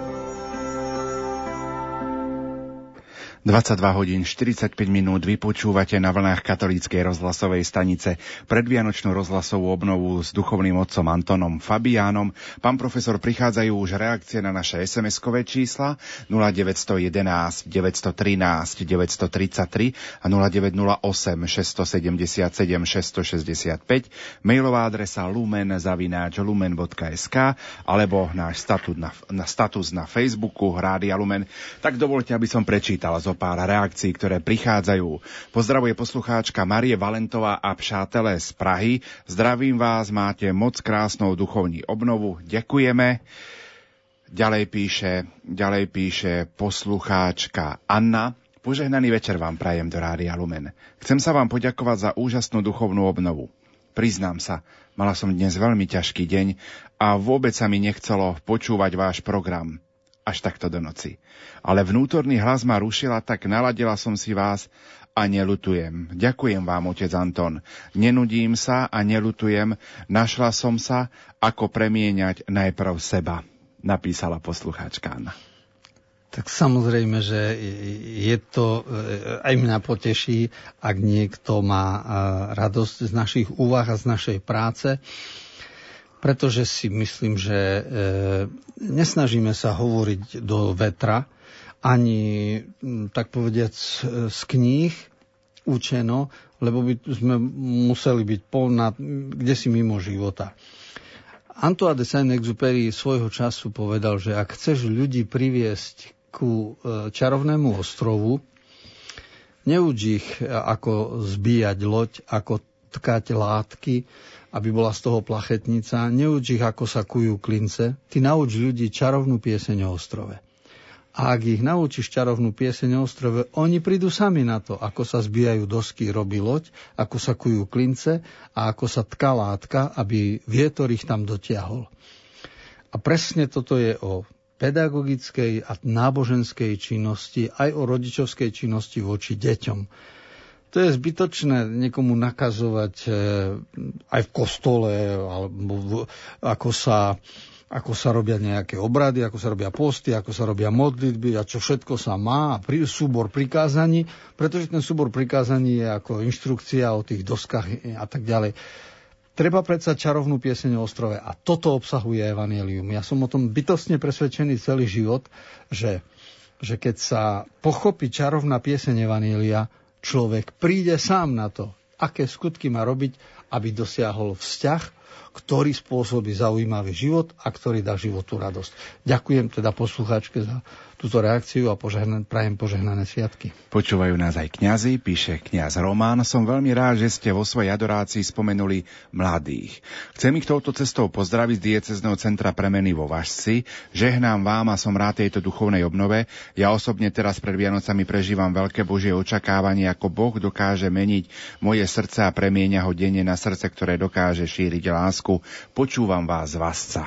dvadsaťdva hodín štyridsaťpäť minút vypočúvate na vlnách katolíckej rozhlasovej stanice predvianočnú rozhlasovú obnovu s duchovným otcom Antonom Fabiánom. Pán profesor, prichádzajú už reakcie na naše es em eskové čísla nula deväť jedna jedna, deväť jedna tri, deväť tri tri a nula deväť nula osem, šesť sedem sedem, šesť šesť päť, mailová adresa lumen zavináč lumen bodka es ká alebo náš status na, na, status na Facebooku Rádia Lumen. Tak dovolte, aby som prečítal zo pár reakcií, ktoré prichádzajú. Pozdravuje poslucháčka Marie Valentová a přátelé z Prahy. Zdravím vás, máte moc krásnou duchovní obnovu. Ďakujeme. Ďalej píše, ďalej píše poslucháčka Anna. Požehnaný večer vám prajem do Rádia Lumen. Chcem sa vám poďakovať za úžasnú duchovnú obnovu. Priznám sa, mala som dnes veľmi ťažký deň a vôbec sa mi nechcelo počúvať váš program. Až takto do noci. Ale vnútorný hlas ma rušila, tak naladila som si vás a neľutujem. Ďakujem vám, otec Anton. Nenudím sa a neľutujem. Našla som sa, ako premieňať najprv seba, napísala poslucháčka Anna. Tak samozrejme, že je to, aj mňa poteší, ak niekto má radosť z našich úvah a z našej práce, pretože si myslím, že e, nesnažíme sa hovoriť do vetra, ani, tak povediac, z kníh učeno, lebo by sme museli byť polná, kdesi mimo života. Antoine de Saint-Exupéry svojho času povedal, že ak chceš ľudí priviesť ku čarovnému ostrovu, neuč ich, ako zbíjať loď, ako tkať látky, aby bola z toho plachetnica, neuč ich, ako sa kujú klince, ty nauč ľudí čarovnú pieseň o ostrove. A ak ich naučíš čarovnú pieseň o ostrove, oni prídu sami na to, ako sa zbijajú dosky, robí loď, ako sa kujú klince a ako sa tká látka, aby vietor ich tam dotiahol. A presne toto je o pedagogickej a náboženskej činnosti, aj o rodičovskej činnosti voči deťom. To je zbytočné niekomu nakazovať aj v kostole, alebo ako sa... ako sa robia nejaké obrady, ako sa robia posty, ako sa robia modlitby a čo všetko sa má, pri, súbor prikázaní, pretože ten súbor prikázaní je ako inštrukcia o tých doskách a tak ďalej. Treba predsa čarovnú pieseň o ostrove a toto obsahuje evanjelium. Ja som o tom bytostne presvedčený celý život, že, že keď sa pochopí čarovná pieseň evanjelia, človek príde sám na to, aké skutky má robiť, aby dosiahol vzťah, ktorý spôsobí zaujímavý život a ktorý dá životu radosť. Ďakujem teda poslucháčke za túto reakciu a požehnan, prajem požehnané sviatky. Počúvajú nás aj kňazi, píše kňaz Román. Som veľmi rád, že ste vo svojej adorácii spomenuli mladých. Chcem ich touto cestou pozdraviť z diecézneho centra Premeny vo Važci. Žehnám vám a som rád tejto duchovnej obnove. Ja osobne teraz pred Vianocami prežívam veľké Božie očakávanie, ako Boh dokáže meniť moje srdce a premieňa ho denne na srdce, ktoré dokáže šíriť lásku. Počúvam vás z Vasca.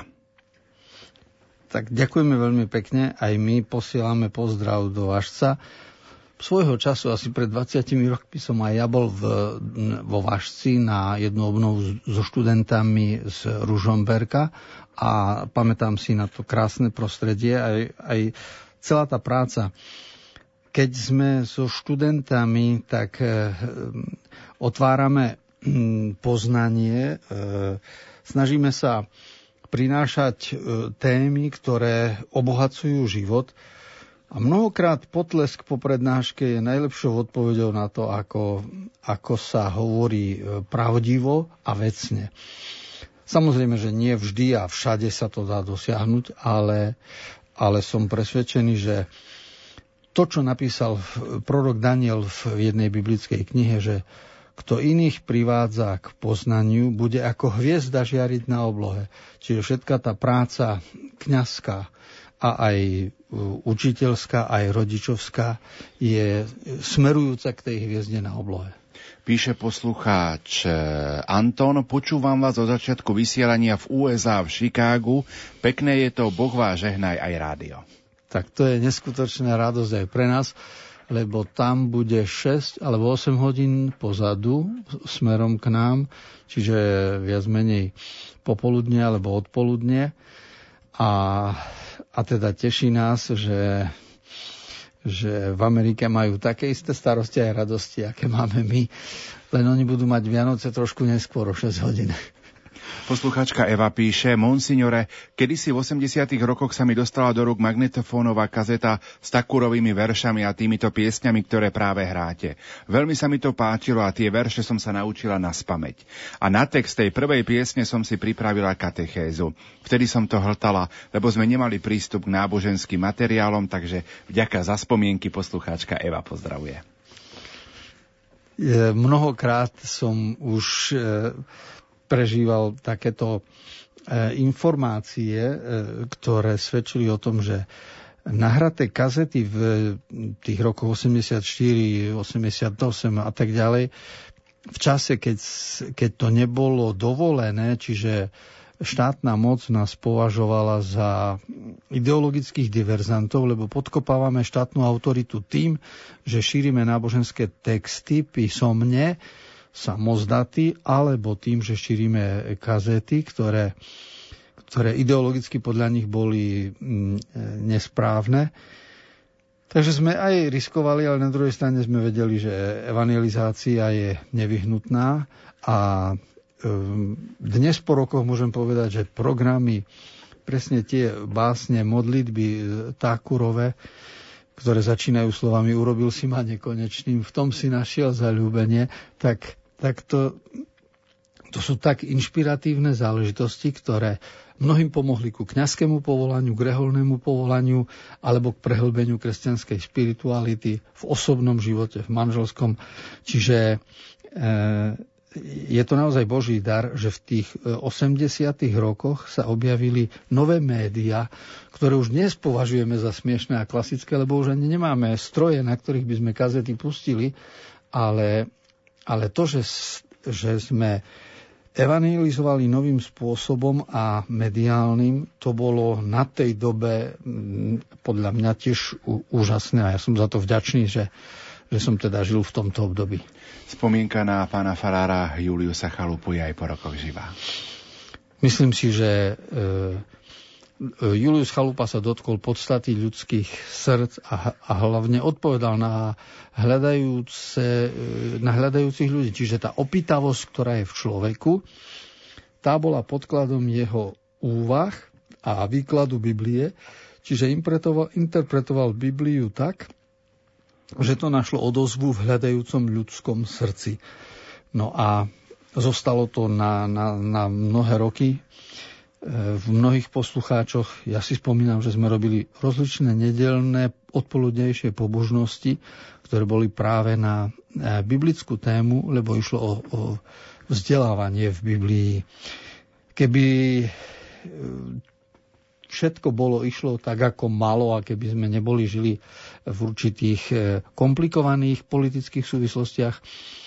Tak ďakujeme veľmi pekne. Aj my posielame pozdrav do Važca. Svojho času, asi pred dvadsiatimi rokmi, som aj ja bol v, vo Važci na jednu obnovu so študentami z Ružomberka a pamätám si na to krásne prostredie. Aj, aj celá tá práca. Keď sme so študentami, tak e, otvárame m, poznanie, e, snažíme sa prinášať témy, ktoré obohacujú život. A mnohokrát potlesk po prednáške je najlepšou odpoveďou na to, ako, ako sa hovorí pravdivo a vecne. Samozrejme, že nie vždy a všade sa to dá dosiahnuť, ale, ale som presvedčený, že to, čo napísal prorok Daniel v jednej biblickej knihe, že kto iných privádza k poznaniu, bude ako hviezda žiariť na oblohe. Čiže všetká tá práca kňazská a aj učiteľská, aj rodičovská je smerujúca k tej hviezde na oblohe. Píše poslucháč Anton, počúvam vás od začiatku vysielania v ú es á v Chicagu. Pekné je to, Boh vás žehnaj aj rádio. Tak to je neskutočná radosť aj pre nás, lebo tam bude šesť alebo osem hodín pozadu smerom k nám, čiže viac menej popoludne alebo odpoludne. A, a teda teší nás, že, že v Amerike majú také isté starosti aj radosti, aké máme my. Len oni budú mať Vianoce trošku neskôr o šesť hodín. Poslucháčka Eva píše, Monsignore, kedysi v osemdesiatych rokoch sa mi dostala do rúk magnetofónová kazeta s takúrovými veršami a týmito piesňami, ktoré práve hráte. Veľmi sa mi to páčilo a tie verše som sa naučila naspamäť. A na text tej prvej piesne som si pripravila katechézu. Vtedy som to hltala, lebo sme nemali prístup k náboženským materiálom, takže vďaka za spomienky poslucháčka Eva pozdravuje. Mnohokrát som už prežíval takéto informácie, ktoré svedčili o tom, že nahraté kazety v tých rokoch osemdesiatštyri, osemdesiatosem a tak ďalej, v čase, keď, keď to nebolo dovolené, čiže štátna moc nás považovala za ideologických diverzantov, lebo podkopávame štátnu autoritu tým, že šírime náboženské texty písomne, samozdaty, alebo tým, že šírime kazety, ktoré, ktoré ideologicky podľa nich boli nesprávne. Takže sme aj riskovali, ale na druhej strane sme vedeli, že evangelizácia je nevyhnutná a dnes po rokoch môžem povedať, že programy, presne tie básne, modlitby Thakurove, ktoré začínajú slovami urobil si ma nekonečným, v tom si našiel zaľúbenie, tak tak to, to sú tak inšpiratívne záležitosti, ktoré mnohým pomohli ku kňazskému povolaniu, k reholnému povolaniu alebo k prehlbeniu kresťanskej spirituality v osobnom živote, v manželskom. Čiže e, je to naozaj Boží dar, že v tých osemdesiatych rokoch sa objavili nové médiá, ktoré už dnes považujeme za smiešné a klasické, lebo už ani nemáme stroje, na ktorých by sme kazety pustili, ale, ale to, že, že sme evangelizovali novým spôsobom a mediálnym, to bolo na tej dobe podľa mňa tiež úžasné a ja som za to vďačný, že že som teda žil v tomto období. Spomienka na pána farára Juliusa Chalupu je aj po rokoch živá. Myslím si, že e, Julius Chalupa sa dotkol podstaty ľudských srdc a, a hlavne odpovedal na, hľadajúce, na hľadajúcich ľudí. Čiže tá opýtavosť, ktorá je v človeku, tá bola podkladom jeho úvah a výkladu Biblie. Čiže interpretoval, interpretoval Bibliu tak, že to našlo odozvu v hľadajúcom ľudskom srdci. No a zostalo to na, na, na mnohé roky v mnohých poslucháčoch. Ja si spomínam, že sme robili rozličné nedeľné odpoludnejšie pobožnosti, ktoré boli práve na biblickú tému, lebo išlo o, o vzdelávanie v Biblii. Keby všetko bolo, išlo tak, ako malo, a keby sme neboli žili v určitých komplikovaných politických súvislostiach,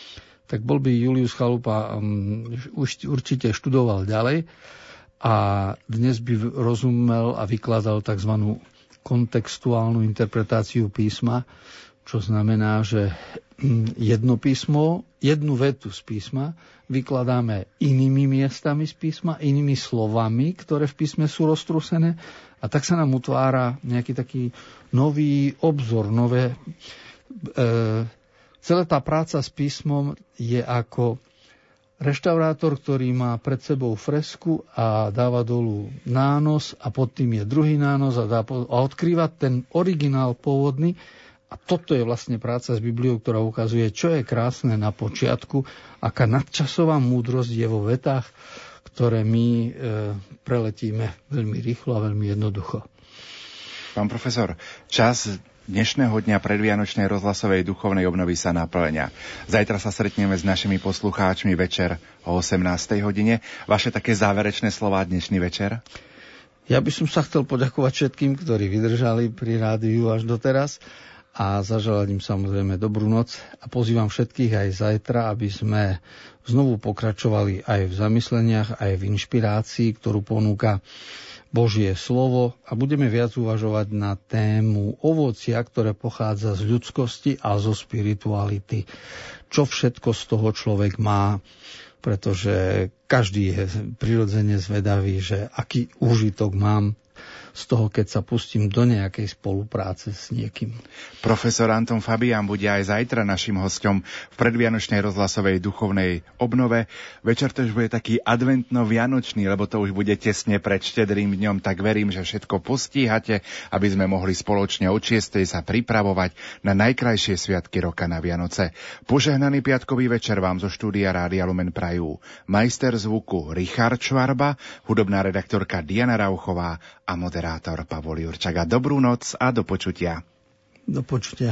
tak bol by Julius Chalupa um, už určite študoval ďalej a dnes by rozumel a vykladal tzv. Kontextuálnu interpretáciu písma, čo znamená, že jedno písmo, jednu vetu z písma vykladáme inými miestami z písma, inými slovami, ktoré v písme sú roztrúsené, a tak sa nám utvára nejaký taký nový obzor, nové... E, celá tá práca s písmom je ako reštaurátor, ktorý má pred sebou fresku a dáva dolu nános a pod tým je druhý nános a, dá, a odkrýva ten originál pôvodný. A toto je vlastne práca s Bibliou, ktorá ukazuje, čo je krásne na počiatku, aká nadčasová múdrosť je vo vetách, ktoré my e, preletíme veľmi rýchlo a veľmi jednoducho. Pán profesor, čas dnešného dňa predvianočnej rozhlasovej duchovnej obnovy sa naplňa. Zajtra sa stretneme s našimi poslucháčmi večer o osemnástej hodine. Vaše také záverečné slová dnešný večer? Ja by som sa chcel poďakovať všetkým, ktorí vydržali pri rádiu až doteraz, a zaželať im samozrejme dobrú noc a pozývam všetkých aj zajtra, aby sme znovu pokračovali aj v zamysleniach, aj v inšpirácii, ktorú ponúka Božie slovo, a budeme viac uvažovať na tému ovocia, ktoré pochádza z ľudskosti a zo spirituality. Čo všetko z toho človek má, pretože každý je prirodzene zvedavý, že aký úžitok mám z toho, keď sa pustím do nejakej spolupráce s niekým. Profesor Anton Fabián bude aj zajtra našim hosťom v predvianočnej rozhlasovej duchovnej obnove. Večer to už bude taký adventno-vianočný, lebo to už bude tesne pred štedrým dňom, tak verím, že všetko postíhate, aby sme mohli spoločne od šiestej sa pripravovať na najkrajšie sviatky roka na Vianoce. Požehnaný piatkový večer vám zo štúdia Rádia Lumen prajú majster zvuku Richard Švarba, hudobná redaktorka Diana Rauchová a moderátor Pavol Jurčak. A dobrú noc a do počutia. Do počutia.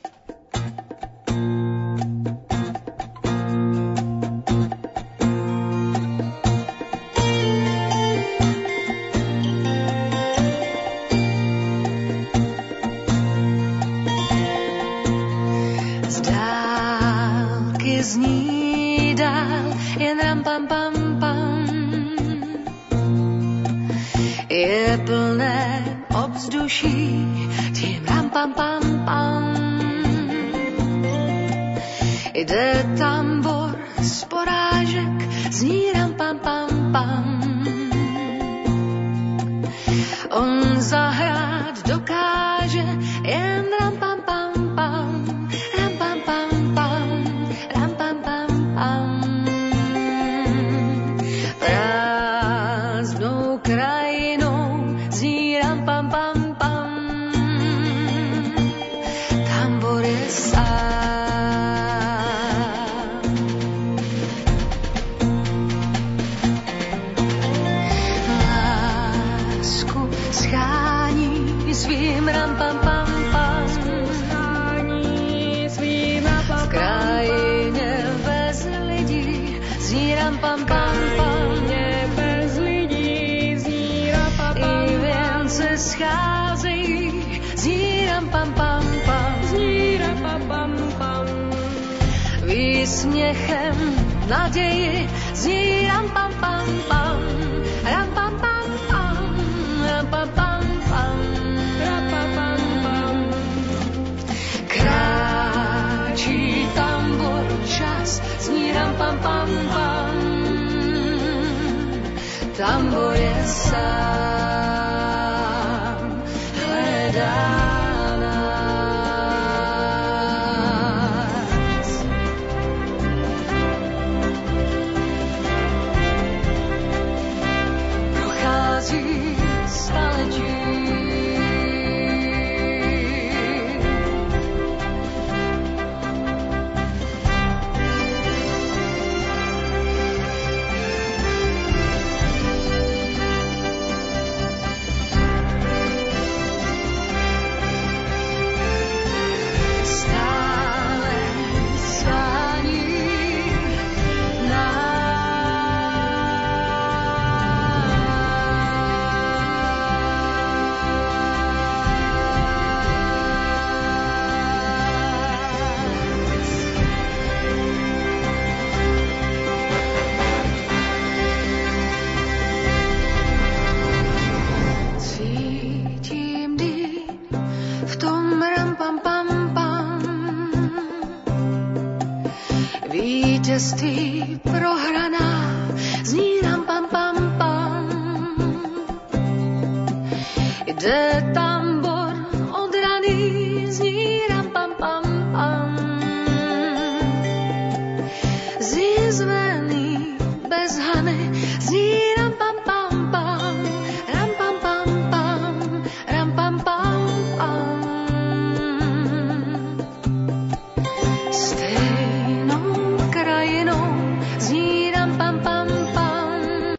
Z dálky zní dál jen ram pam pam pam. Je plné ovzduší, tím ram pam pam pam. Jde tambor z porážek, zní ram pam pam pam. On zahrát dokáže jen ram pam pam pam, ram pam pam pam, ram pam pam pam. Prázdnou krajinou zní ram pam pam pam. Tambor je sám. pam, pam. Bez lidí zní rapa, pam, i věnce scházejí, zní ram, pam, pam, pam. Zní rapa, pam, pam. Výsměchem naději zní ram, pam, pam, pam. Ram, pam, pam, pam. Ram, pam, pam, pam. Ram, pam, pam, pam. Kráčí tambor čas, zní ram, pam, pam, pam. Tambor je sám, hledá nás. Prochází staletí, vítězství prohraná, zní ram, pam, pam, pam. Jde tam